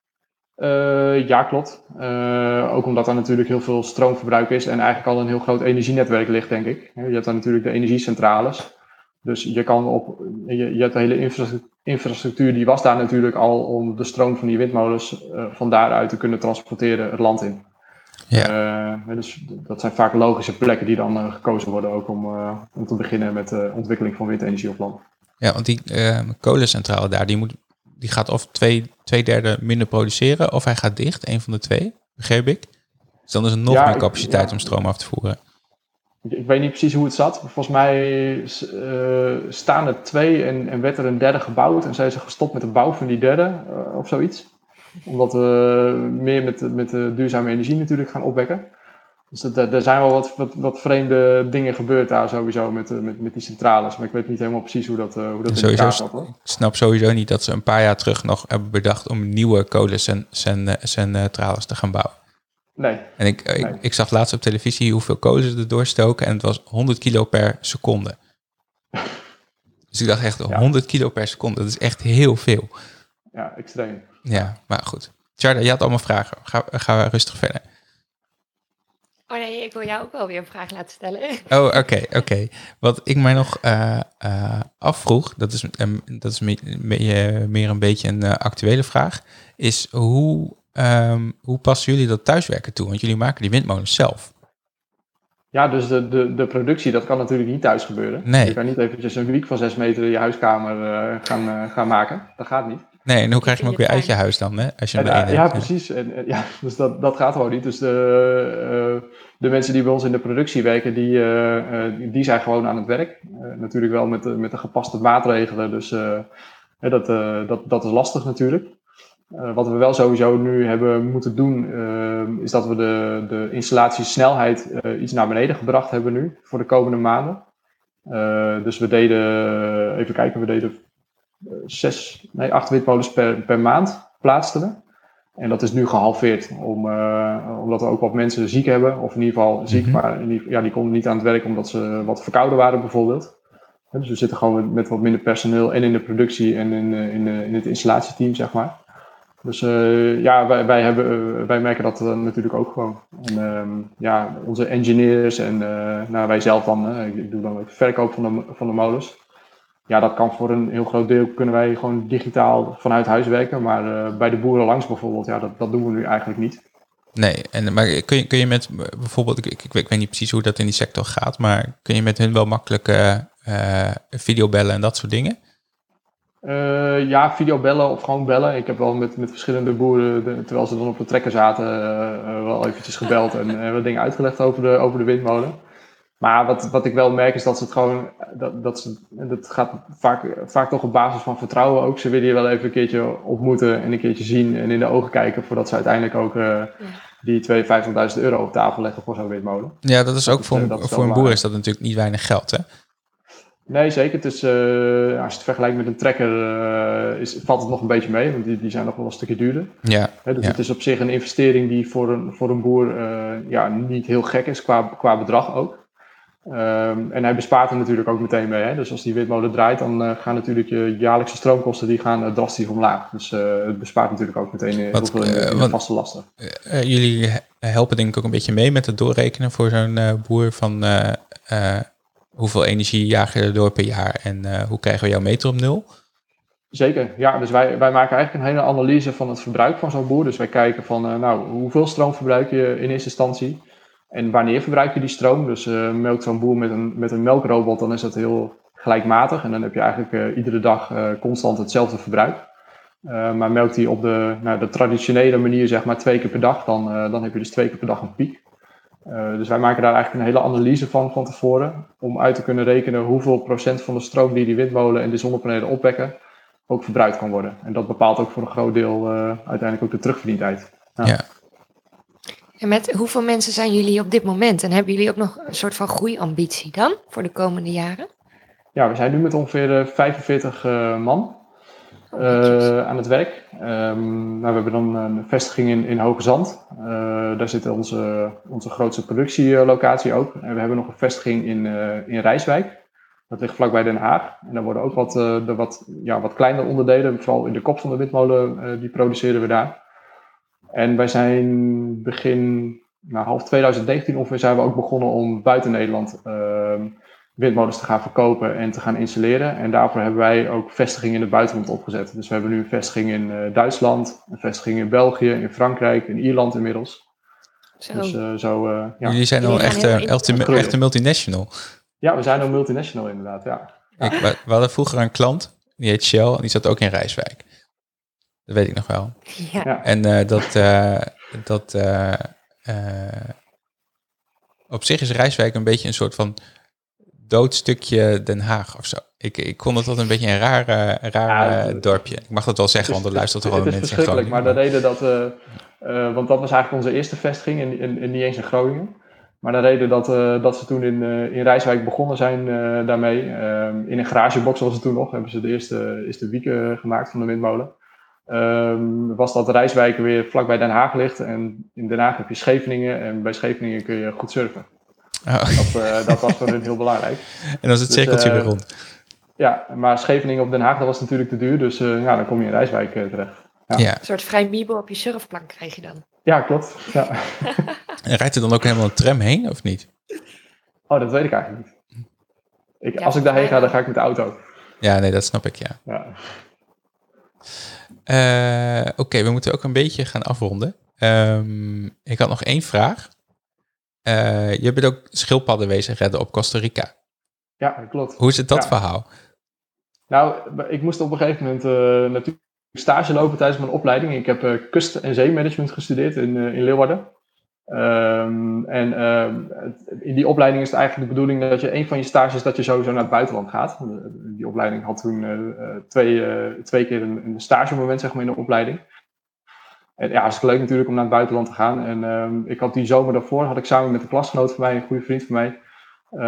Uh, ja, klopt. Uh, ook omdat er natuurlijk heel veel stroomverbruik is en eigenlijk al een heel groot energienetwerk ligt, denk ik. Je hebt dan natuurlijk de energiecentrales. Dus je kan op, je, je hebt de hele infrastructuur, infrastructuur, die was daar natuurlijk al om de stroom van die windmolens uh, van daaruit te kunnen transporteren het land in. Ja. Uh, dus dat zijn vaak logische plekken die dan uh, gekozen worden ook om, uh, om te beginnen met de ontwikkeling van windenergie op land. Ja, want die uh, kolencentrale daar, die, moet, die gaat of twee, twee derde minder produceren of hij gaat dicht, een van de twee, begreep ik. Dus dan is er nog ja, meer capaciteit ik, ja. om stroom af te voeren. Ik, ik weet niet precies hoe het zat. Volgens mij uh, staan er twee en, en werd er een derde gebouwd en zijn ze gestopt met de bouw van die derde uh, of zoiets. Omdat we meer met, met de duurzame energie natuurlijk gaan opwekken. Dus dat, er zijn wel wat, wat, wat vreemde dingen gebeurd daar sowieso met, met, met die centrales. Maar ik weet niet helemaal precies hoe dat, uh, hoe dat in elkaar zat. Hoor. Ik snap sowieso niet dat ze een paar jaar terug nog hebben bedacht om nieuwe kolencentrales te gaan bouwen. Nee. En ik, nee. ik, ik zag laatst op televisie hoeveel kolen ze er doorstoken en het was honderd kilo per seconde. Dus ik dacht echt ja. honderd kilo per seconde, dat is echt heel veel. Ja, extreem. Ja, maar goed. Tjarda, je had allemaal vragen. Ga, ga rustig verder. Oh nee, ik wil jou ook wel weer een vraag laten stellen. Oh, oké, okay, oké. Okay. Wat ik mij nog uh, uh, afvroeg, dat is, um, dat is me, me, meer een beetje een uh, actuele vraag, is hoe, um, hoe passen jullie dat thuiswerken toe? Want jullie maken die windmolens zelf. Ja, dus de, de, de productie, dat kan natuurlijk niet thuis gebeuren. Nee. Je kan niet eventjes een wiek van zes meter in je huiskamer uh, gaan, uh, gaan maken. Dat gaat niet. Nee, en hoe krijg je hem ook weer uit je huis dan, hè? Als je hem en, erin uh, ja, hebt. precies. En, uh, ja, dus dat, dat gaat gewoon niet. Dus de, uh, de mensen die bij ons in de productie werken, die, uh, uh, die zijn gewoon aan het werk. Uh, natuurlijk wel met, met de gepaste maatregelen. Dus uh, dat, uh, dat, dat is lastig natuurlijk. Uh, wat we wel sowieso nu hebben moeten doen, uh, is dat we de, de installatiesnelheid uh, iets naar beneden gebracht hebben nu, voor de komende maanden. Uh, dus we deden, even kijken, we deden zes, nee, acht windmolens per, per maand plaatsten we. En dat is nu gehalveerd, om, uh, omdat we ook wat mensen ziek hebben, of in ieder geval ziek, mm-hmm. maar in ieder, ja, die konden niet aan het werk omdat ze wat verkouden waren bijvoorbeeld. Dus we zitten gewoon met wat minder personeel en in de productie en in, in, in het installatieteam, zeg maar. Dus uh, ja, wij, wij, hebben, uh, wij merken dat uh, natuurlijk ook gewoon. En um, ja, onze engineers en uh, nou, wij zelf dan, uh, ik doe dan ook verkoop van de, van de molens. Ja, dat kan voor een heel groot deel, kunnen wij gewoon digitaal vanuit huis werken. Maar uh, bij de boeren langs bijvoorbeeld, ja, dat, dat doen we nu eigenlijk niet. Nee, en, maar kun je, kun je met bijvoorbeeld, ik, ik, ik weet niet precies hoe dat in die sector gaat, maar kun je met hun wel makkelijk uh, uh, videobellen en dat soort dingen? Uh, ja, videobellen of gewoon bellen. Ik heb wel met, met verschillende boeren, de, terwijl ze dan op de trekker zaten, uh, uh, wel eventjes gebeld en uh, wat dingen uitgelegd over de, over de windmolen. Maar wat, wat ik wel merk is dat ze het gewoon, dat, dat, ze, dat gaat vaak, vaak toch op basis van vertrouwen ook. Ze willen je wel even een keertje ontmoeten en een keertje zien en in de ogen kijken voordat ze uiteindelijk ook uh, ja. die tweehonderdvijftigduizend euro op tafel leggen voor zo'n windmolen. Ja, dat is ook dat voor, is, voor een boer waar. Is dat natuurlijk niet weinig geld, hè? Nee, zeker. Het is, uh, als je het vergelijkt met een trekker, uh, is, valt het nog een beetje mee, want die, die zijn nog wel een stukje duurder. Ja, He, dus ja. Het is op zich een investering die voor een, voor een boer uh, ja, niet heel gek is, qua, qua bedrag ook. Um, en hij bespaart er natuurlijk ook meteen mee. Hè? Dus als die windmolen draait, dan uh, gaan natuurlijk je jaarlijkse stroomkosten die gaan uh, drastisch omlaag. Dus uh, het bespaart natuurlijk ook meteen uh, Wat, heel veel in, in uh, de vaste lasten. Uh, jullie helpen denk ik ook een beetje mee met het doorrekenen voor zo'n uh, boer van uh, uh, hoeveel energie jaag je er door per jaar en uh, hoe krijgen we jouw meter op nul? Zeker, ja. Dus wij, wij maken eigenlijk een hele analyse van het verbruik van zo'n boer. Dus wij kijken van, uh, nou, hoeveel stroom verbruik je in eerste instantie? En wanneer verbruik je die stroom? Dus uh, melkt zo'n boer met een, met een melkrobot, dan is dat heel gelijkmatig. En dan heb je eigenlijk uh, iedere dag uh, constant hetzelfde verbruik. Uh, maar melkt hij op de, nou, de traditionele manier, zeg maar, twee keer per dag, dan, uh, dan heb je dus twee keer per dag een piek. Uh, dus wij maken daar eigenlijk een hele analyse van van tevoren. Om uit te kunnen rekenen hoeveel procent van de stroom die die windmolen en de zonnepanelen opwekken ook verbruikt kan worden. En dat bepaalt ook voor een groot deel uh, uiteindelijk ook de terugverdientijd. Ja. Ja. En met hoeveel mensen zijn jullie op dit moment? En hebben jullie ook nog een soort van groeiambitie dan voor de komende jaren? Ja, we zijn nu met ongeveer vijfenveertig uh, man uh, aan het werk. Um, nou, we hebben dan een vestiging in, in Hoge Zand. Uh, daar zit onze, onze grootste productielocatie ook. En we hebben nog een vestiging in, uh, in Rijswijk. Dat ligt vlakbij Den Haag. En daar worden ook wat, uh, de wat, ja, wat kleinere onderdelen, vooral in de kop van de windmolen, uh, die produceren we daar. En wij zijn begin, nou, half twintig negentien ongeveer, zijn we ook begonnen om buiten Nederland uh, windmolens te gaan verkopen en te gaan installeren. En daarvoor hebben wij ook vestigingen in het buitenland opgezet. Dus we hebben nu een vestiging in uh, Duitsland, een vestiging in België, in Frankrijk, in Ierland inmiddels. Zo. Dus, uh, zo, uh, ja. Jullie zijn al echt, uh, echt, een, echt een multinational. Ja, we zijn al multinational inderdaad, ja. ja. Ik, we, we hadden vroeger een klant, die heet Shell, en die zat ook in Rijswijk. Dat weet ik nog wel. Ja. Ja. En uh, dat, uh, dat uh, uh, op zich is Rijswijk een beetje een soort van doodstukje Den Haag of zo. Ik, ik kon het altijd een beetje een raar, uh, raar ja, uh, dorpje. Ik mag dat wel zeggen, want er luistert toch wel mensen in Groningen. Het is verschrikkelijk, maar de reden dat... Uh, uh, want dat was eigenlijk onze eerste vestiging en, en, en niet eens in Groningen. Maar de reden dat, uh, dat ze toen in, uh, in Rijswijk begonnen zijn uh, daarmee... Uh, in een garagebox was het toen nog, hebben ze de eerste, eerste wieken gemaakt van de windmolen. Um, was dat Rijswijk weer vlakbij Den Haag ligt. En in Den Haag heb je Scheveningen. En bij Scheveningen kun je goed surfen. Oh. Dat, uh, dat was voor hun heel belangrijk. En dan is het cirkeltje dus, uh, weer rond. Ja, maar Scheveningen op Den Haag, dat was natuurlijk te duur. Dus uh, ja, dan kom je in Rijswijk uh, terecht. Ja. Ja. Een soort vrij miebel op je surfplank krijg je dan. Ja, klopt. Ja. En rijdt er dan ook helemaal een tram heen, of niet? Oh, dat weet ik eigenlijk niet. Ik, Ja, als ik daarheen ga, ja. dan ga ik met de auto. Ja, nee, dat snap ik, ja. Ja. Uh, Oké, okay, we moeten ook een beetje gaan afronden. Um, ik had nog één vraag. Uh, je bent ook schildpadden wezen redden op Costa Rica. Ja, dat klopt. Hoe is het dat ja. verhaal? Nou, ik moest op een gegeven moment uh, natuurlijk stage lopen tijdens mijn opleiding. Ik heb uh, kust- en zeemanagement gestudeerd in, uh, in Leeuwarden. Um, en uh, in die opleiding is het eigenlijk de bedoeling dat je een van je stages dat je sowieso naar het buitenland gaat. Die opleiding had toen uh, twee, uh, twee keer een, een stagemoment zeg maar, in de opleiding. En ja, het is leuk natuurlijk om naar het buitenland te gaan. En um, ik had die zomer daarvoor, had ik samen met een klasgenoot van mij, een goede vriend van mij, uh,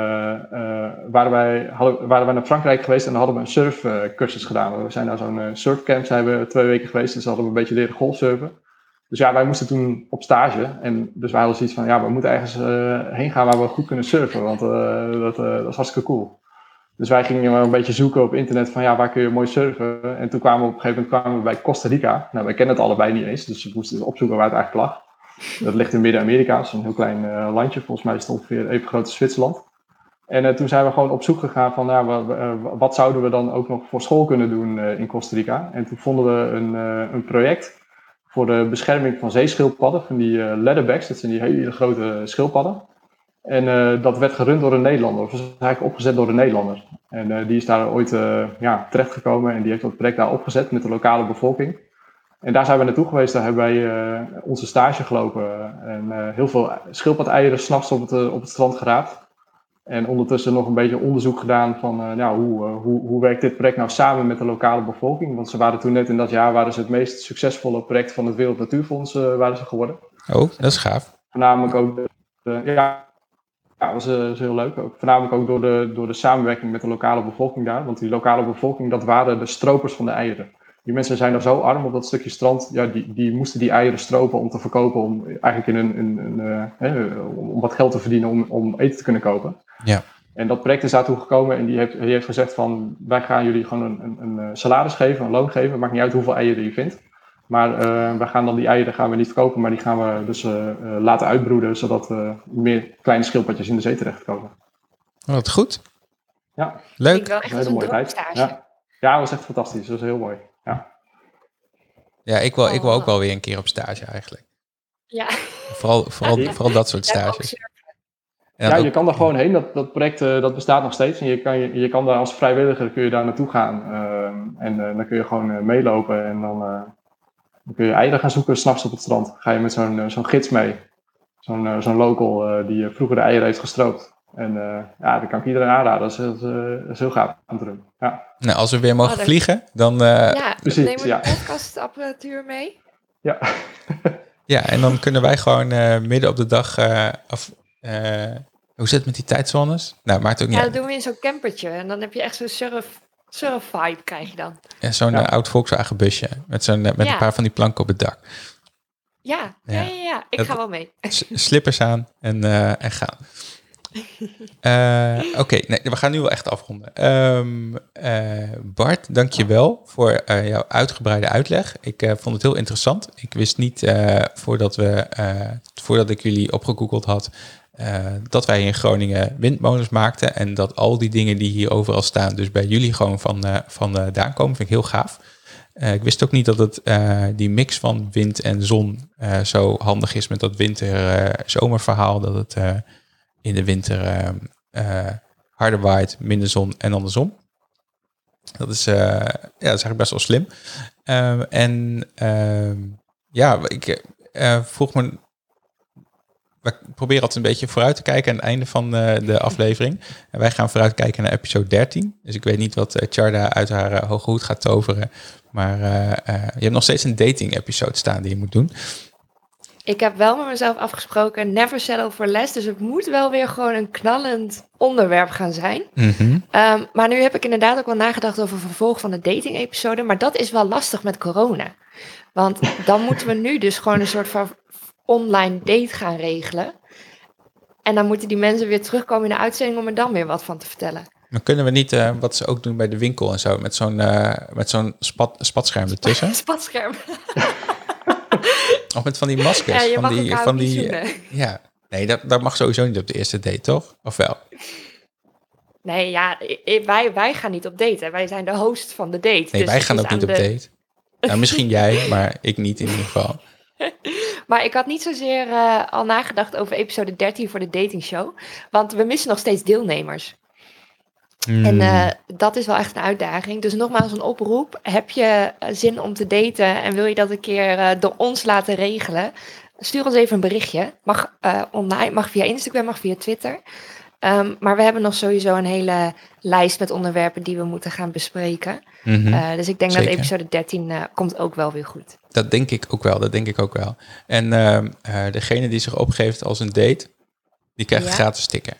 uh, waren, wij, hadden, waren wij naar Frankrijk geweest en dan hadden we een surfcursus uh, gedaan. We zijn naar zo'n uh, surfcamp, zijn we twee weken geweest, dus hadden we een beetje leren golfsurfen. Dus ja, wij moesten toen op stage. En dus wij hadden zoiets van, ja, we moeten ergens uh, heen gaan waar we goed kunnen surfen. Want uh, dat, uh, dat is hartstikke cool. Dus wij gingen een beetje zoeken op internet van, ja, waar kun je mooi surfen? En toen kwamen we op een gegeven moment kwamen we bij Costa Rica. Nou, wij kennen het allebei niet eens. Dus we moesten opzoeken waar het eigenlijk lag. Dat ligt in Midden-Amerika. Dat is een heel klein uh, landje. Volgens mij is het ongeveer even groot als Zwitserland. En uh, toen zijn we gewoon op zoek gegaan van, ja, wat, uh, wat zouden we dan ook nog voor school kunnen doen uh, in Costa Rica? En toen vonden we een, uh, een project voor de bescherming van zeeschildpadden, van die uh, leatherbacks, dat zijn die hele grote schildpadden. En uh, dat werd gerund door een Nederlander, of was eigenlijk opgezet door een Nederlander. En uh, die is daar ooit uh, ja, terechtgekomen en die heeft dat project daar opgezet met de lokale bevolking. En daar zijn we naartoe geweest, daar hebben wij uh, onze stage gelopen en uh, heel veel schildpad-eieren 's nachts op het, uh, op het strand geraapt. En ondertussen nog een beetje onderzoek gedaan van uh, nou, hoe, uh, hoe, hoe werkt dit project nou samen met de lokale bevolking. Want ze waren toen net in dat jaar waren ze het meest succesvolle project van het Wereld Natuurfonds uh, waren ze geworden. Oh, dat is gaaf. Voornamelijk ook, de, de, ja, ja, dat was, uh, was heel leuk. Ook, voornamelijk ook door de, door de samenwerking met de lokale bevolking daar. Want die lokale bevolking, dat waren de stropers van de eieren. Die mensen zijn er zo arm op dat stukje strand, ja, die, die moesten die eieren stropen om te verkopen, om eigenlijk in een, een, een, uh, hè, om wat geld te verdienen om, om eten te kunnen kopen. Ja. En dat project is daartoe gekomen en die heeft, die heeft gezegd van, wij gaan jullie gewoon een, een, een salaris geven, een loon geven, maakt niet uit hoeveel eieren je vindt. Maar uh, we gaan dan die eieren gaan we niet verkopen, maar die gaan we dus uh, uh, laten uitbroeden, zodat uh, meer kleine schildpadjes in de zee terechtkomen. Oh, wat goed. Ja. Leuk. Ik wel echt een hele een mooie tijd. droomstage. Ja. ja, dat was echt fantastisch. Dat was heel mooi. Ja. Ja, ik wil, ik wil ook Oh. wel weer een keer op stage eigenlijk. Ja. Vooral, vooral, Ja. vooral dat soort Ja, ook stages. surfen. En Ja, dan je ook- kan daar gewoon heen. Dat, dat project uh, dat bestaat nog steeds. En je kan, je, je kan daar als vrijwilliger kun je daar naartoe gaan. Uh, en uh, dan kun je gewoon uh, meelopen. En dan, uh, dan kun je eieren gaan zoeken 's nachts op het strand. Ga je met zo'n uh, zo'n gids mee. Zo'n uh, zo'n local uh, die uh, vroeger de eieren heeft gestroopt. En uh, ja, dat kan ik iedereen aanraden. Dat is, heel- dat is, uh, dat is heel gaaf om te doen. Ja, nou, als we weer mogen Oh, dat- vliegen, dan... uh, Ja, precies, neem een ja. podcastapparatuur mee. ja. ja, en dan kunnen wij gewoon uh, midden op de dag... Uh, of, uh, hoe zit het met die tijdzones? Nou, maakt ook niet Ja, uit. dat doen we in zo'n campertje. En dan heb je echt zo'n surf, surf vibe krijg je dan. Ja, zo'n Ja. uh, oud Volkswagen busje met, zo'n, uh, met Ja. een paar van die planken op het dak. Ja, ja, Ja. ja, ja. Ik Dat- ga wel mee. S- slippers aan en, uh, en gaan. Uh, Oké, okay, nee, we gaan nu wel echt afronden. Um, uh, Bart, dank je wel voor uh, jouw uitgebreide uitleg. Ik uh, vond het heel interessant. Ik wist niet, uh, voordat, we, uh, voordat ik jullie opgegoogeld had, uh, dat wij in Groningen windmolens maakten. En dat al die dingen die hier overal staan, dus bij jullie gewoon van, uh, vandaan komen. Vind ik heel gaaf. Uh, ik wist ook niet dat het, uh, die mix van wind en zon uh, zo handig is met dat winter-zomerverhaal. dat het... Uh, in de winter uh, uh, harder waait, minder zon en andersom. Dat is, uh, ja, dat is eigenlijk best wel slim. Uh, en uh, ja, ik uh, vroeg me... We proberen altijd een beetje vooruit te kijken aan het einde van uh, de aflevering. En wij gaan vooruit kijken naar episode dertien. Dus ik weet niet wat uh, Tjarda uit haar uh, hoge hoed gaat toveren. Maar uh, uh, je hebt nog steeds een dating episode staan die je moet doen. Ik heb wel met mezelf afgesproken, never settle for less. Dus het moet wel weer gewoon een knallend onderwerp gaan zijn. Mm-hmm. Um, maar nu heb ik inderdaad ook wel nagedacht over het vervolg van de dating-episode. Maar dat is wel lastig met corona. Want dan moeten we nu dus gewoon een soort van online date gaan regelen. En dan moeten die mensen weer terugkomen in de uitzending om er dan weer wat van te vertellen. Maar kunnen we niet, uh, wat ze ook doen bij de winkel en zo, met zo'n, uh, met zo'n spat, spatscherm ertussen? Spatscherm. Of met van die maskers. Ja, je van mag die, elkaar van ook niet die, zoenen. ja, nee, dat, dat mag sowieso niet op de eerste date, toch? Of wel? Nee, ja, i- i- wij, wij gaan niet op date. Hè. Wij zijn de host van de date. Nee, dus wij het gaan is ook niet aan op de- date. Nou, misschien jij, maar ik niet in ieder geval. Maar ik had niet zozeer eh, al nagedacht over episode dertien voor de datingshow. Want we missen nog steeds deelnemers. Hmm. En eh, dat is wel echt een uitdaging. Dus nogmaals een oproep. Heb je eh, zin om te daten en wil je dat een keer eh, door ons laten regelen? Stuur ons even een berichtje. Mag eh, online, mag via Instagram, mag via Twitter. Um, maar we hebben nog sowieso een hele lijst met onderwerpen die we moeten gaan bespreken. Mhm. Uh, dus ik denk Zeker. dat episode dertien uh, komt ook wel weer goed. Dat denk ik ook wel, dat denk ik ook wel. En uh, uh, degene die zich opgeeft als een date, die krijgt Ja. een gratis sticker.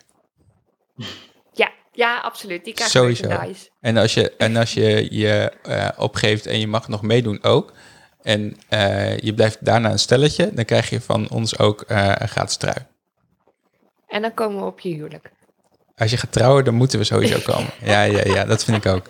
Ja, ja, absoluut. Die krijgt Sowieso. merchandise. En als je en als je, je uh, opgeeft en je mag nog meedoen ook, en uh, je blijft daarna een stelletje, dan krijg je van ons ook uh, een gratis trui. En dan komen we op je huwelijk. Als je gaat trouwen, dan moeten we sowieso komen. Ja, ja, ja, dat vind ik ook.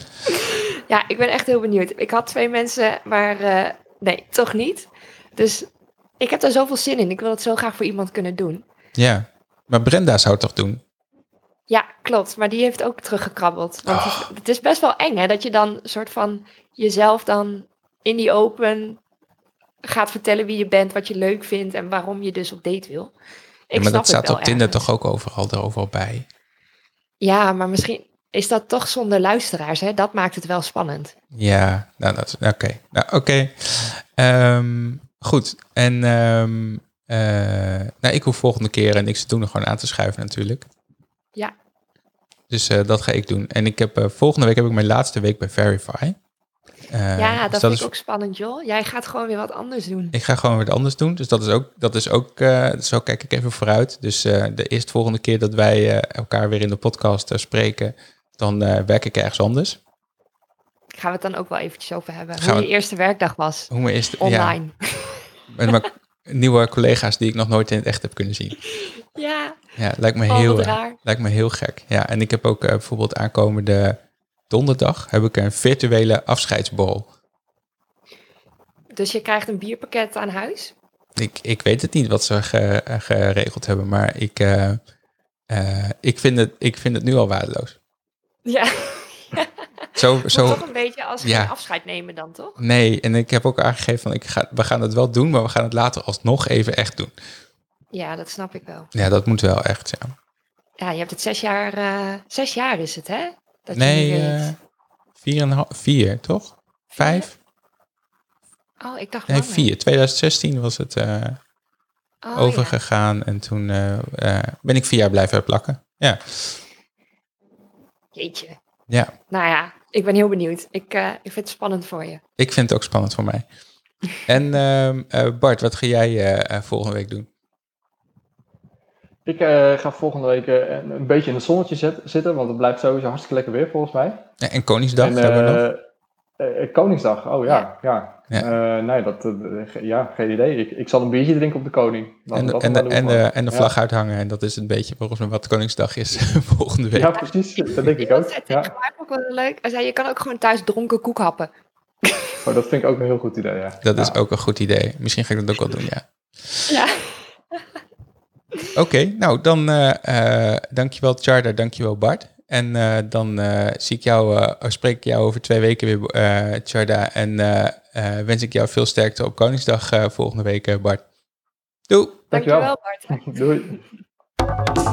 Ja, ik ben echt heel benieuwd. Ik had twee mensen, maar uh, nee, toch niet. Dus ik heb daar zoveel zin in. Ik wil het zo graag voor iemand kunnen doen. Ja, maar Brenda zou het toch doen? Ja, klopt. Maar die heeft ook teruggekrabbeld. Want Oh. het is best wel eng, hè? Dat je dan een soort van jezelf dan in die open gaat vertellen wie je bent, wat je leuk vindt en waarom je dus op date wil. Ik Ja, maar snap dat het staat wel op Tinder ergens. toch ook overal, er overal bij? Ja, maar misschien is dat toch zonder luisteraars, hè? Dat maakt het wel spannend. Ja, nou, dat oké. Okay. Nou, oké. Okay. Um, goed. En um, uh, nou, ik hoef volgende keer en niks te doen, er gewoon aan te schuiven natuurlijk. Ja. Dus uh, dat ga ik doen. En ik heb uh, volgende week heb ik mijn laatste week bij Verify. Uh, ja, dat dus vind is, ik ook spannend, joh. Jij gaat gewoon weer wat anders doen. Ik ga gewoon weer wat anders doen. Dus dat is ook, dat is ook uh, zo kijk ik even vooruit. Dus uh, de eerste volgende keer dat wij uh, elkaar weer in de podcast uh, spreken, dan uh, werk ik ergens anders. Gaan we het dan ook wel eventjes over hebben. Gaan hoe we... je eerste werkdag was. Hoe mijn eerste... Online. Ja. Met mijn nieuwe collega's die ik nog nooit in het echt heb kunnen zien. Ja. Ja, lijkt me Oh, heel, wat raar. lijkt me heel gek. Ja, en ik heb ook uh, bijvoorbeeld aankomende donderdag heb ik een virtuele afscheidsborrel. Dus je krijgt een bierpakket aan huis? Ik, ik weet het niet wat ze ge, geregeld hebben, maar ik, uh, uh, ik, vind het, ik vind het nu al waardeloos. Ja. Zo, Maar zo, toch een beetje als ja. geen afscheid nemen dan, toch? Nee, en ik heb ook aangegeven van ik ga, we gaan het wel doen, maar we gaan het later alsnog even echt doen. Ja, dat snap ik wel. Ja, dat moet wel echt, ja. Ja, je hebt het zes jaar... Uh, zes jaar is het, hè? Dat nee, je nu weet. uh, vier en een half, vier, toch? Vijf? Oh, ik dacht Nee, langer. vier. twintig zestien was het uh, oh, overgegaan ja. en toen uh, uh, ben ik vier jaar blijven plakken. Ja. Jeetje. Ja. Nou ja, ik ben heel benieuwd. Ik, uh, ik vind het spannend voor je. Ik vind het ook spannend voor mij. En uh, uh, Bart, wat ga jij uh, uh, volgende week doen? Ik uh, ga volgende week uh, een, een beetje in het zonnetje zet, zitten, want het blijft sowieso hartstikke lekker weer volgens mij. Ja, en Koningsdag en, hebben we uh, nog. Uh, Koningsdag, oh ja, ja. ja. ja. Uh, nee, dat, uh, ja, geen idee. Ik, ik zal een biertje drinken op de koning. En de, en, de, en, de, en de vlag ja. uithangen. En dat is een beetje volgens mij wat Koningsdag is volgende week. Ja, precies. Dat denk ik ook. Ja. Ik ook wel leuk. Hij zei, je kan ook gewoon thuis dronken koek happen. Oh, dat vind ik ook een heel goed idee, ja. Dat ja. is ook een goed idee. Misschien ga ik dat ook wel doen, ja. Ja. Oké, okay, nou dan uh, uh, dankjewel Tjarda, dankjewel Bart. En uh, dan uh, zie ik jou, uh, spreek ik jou over twee weken weer, uh, Tjarda. En uh, uh, wens ik jou veel sterkte op Koningsdag uh, volgende week, uh, Bart. Doei! Dankjewel, Bart. Doei!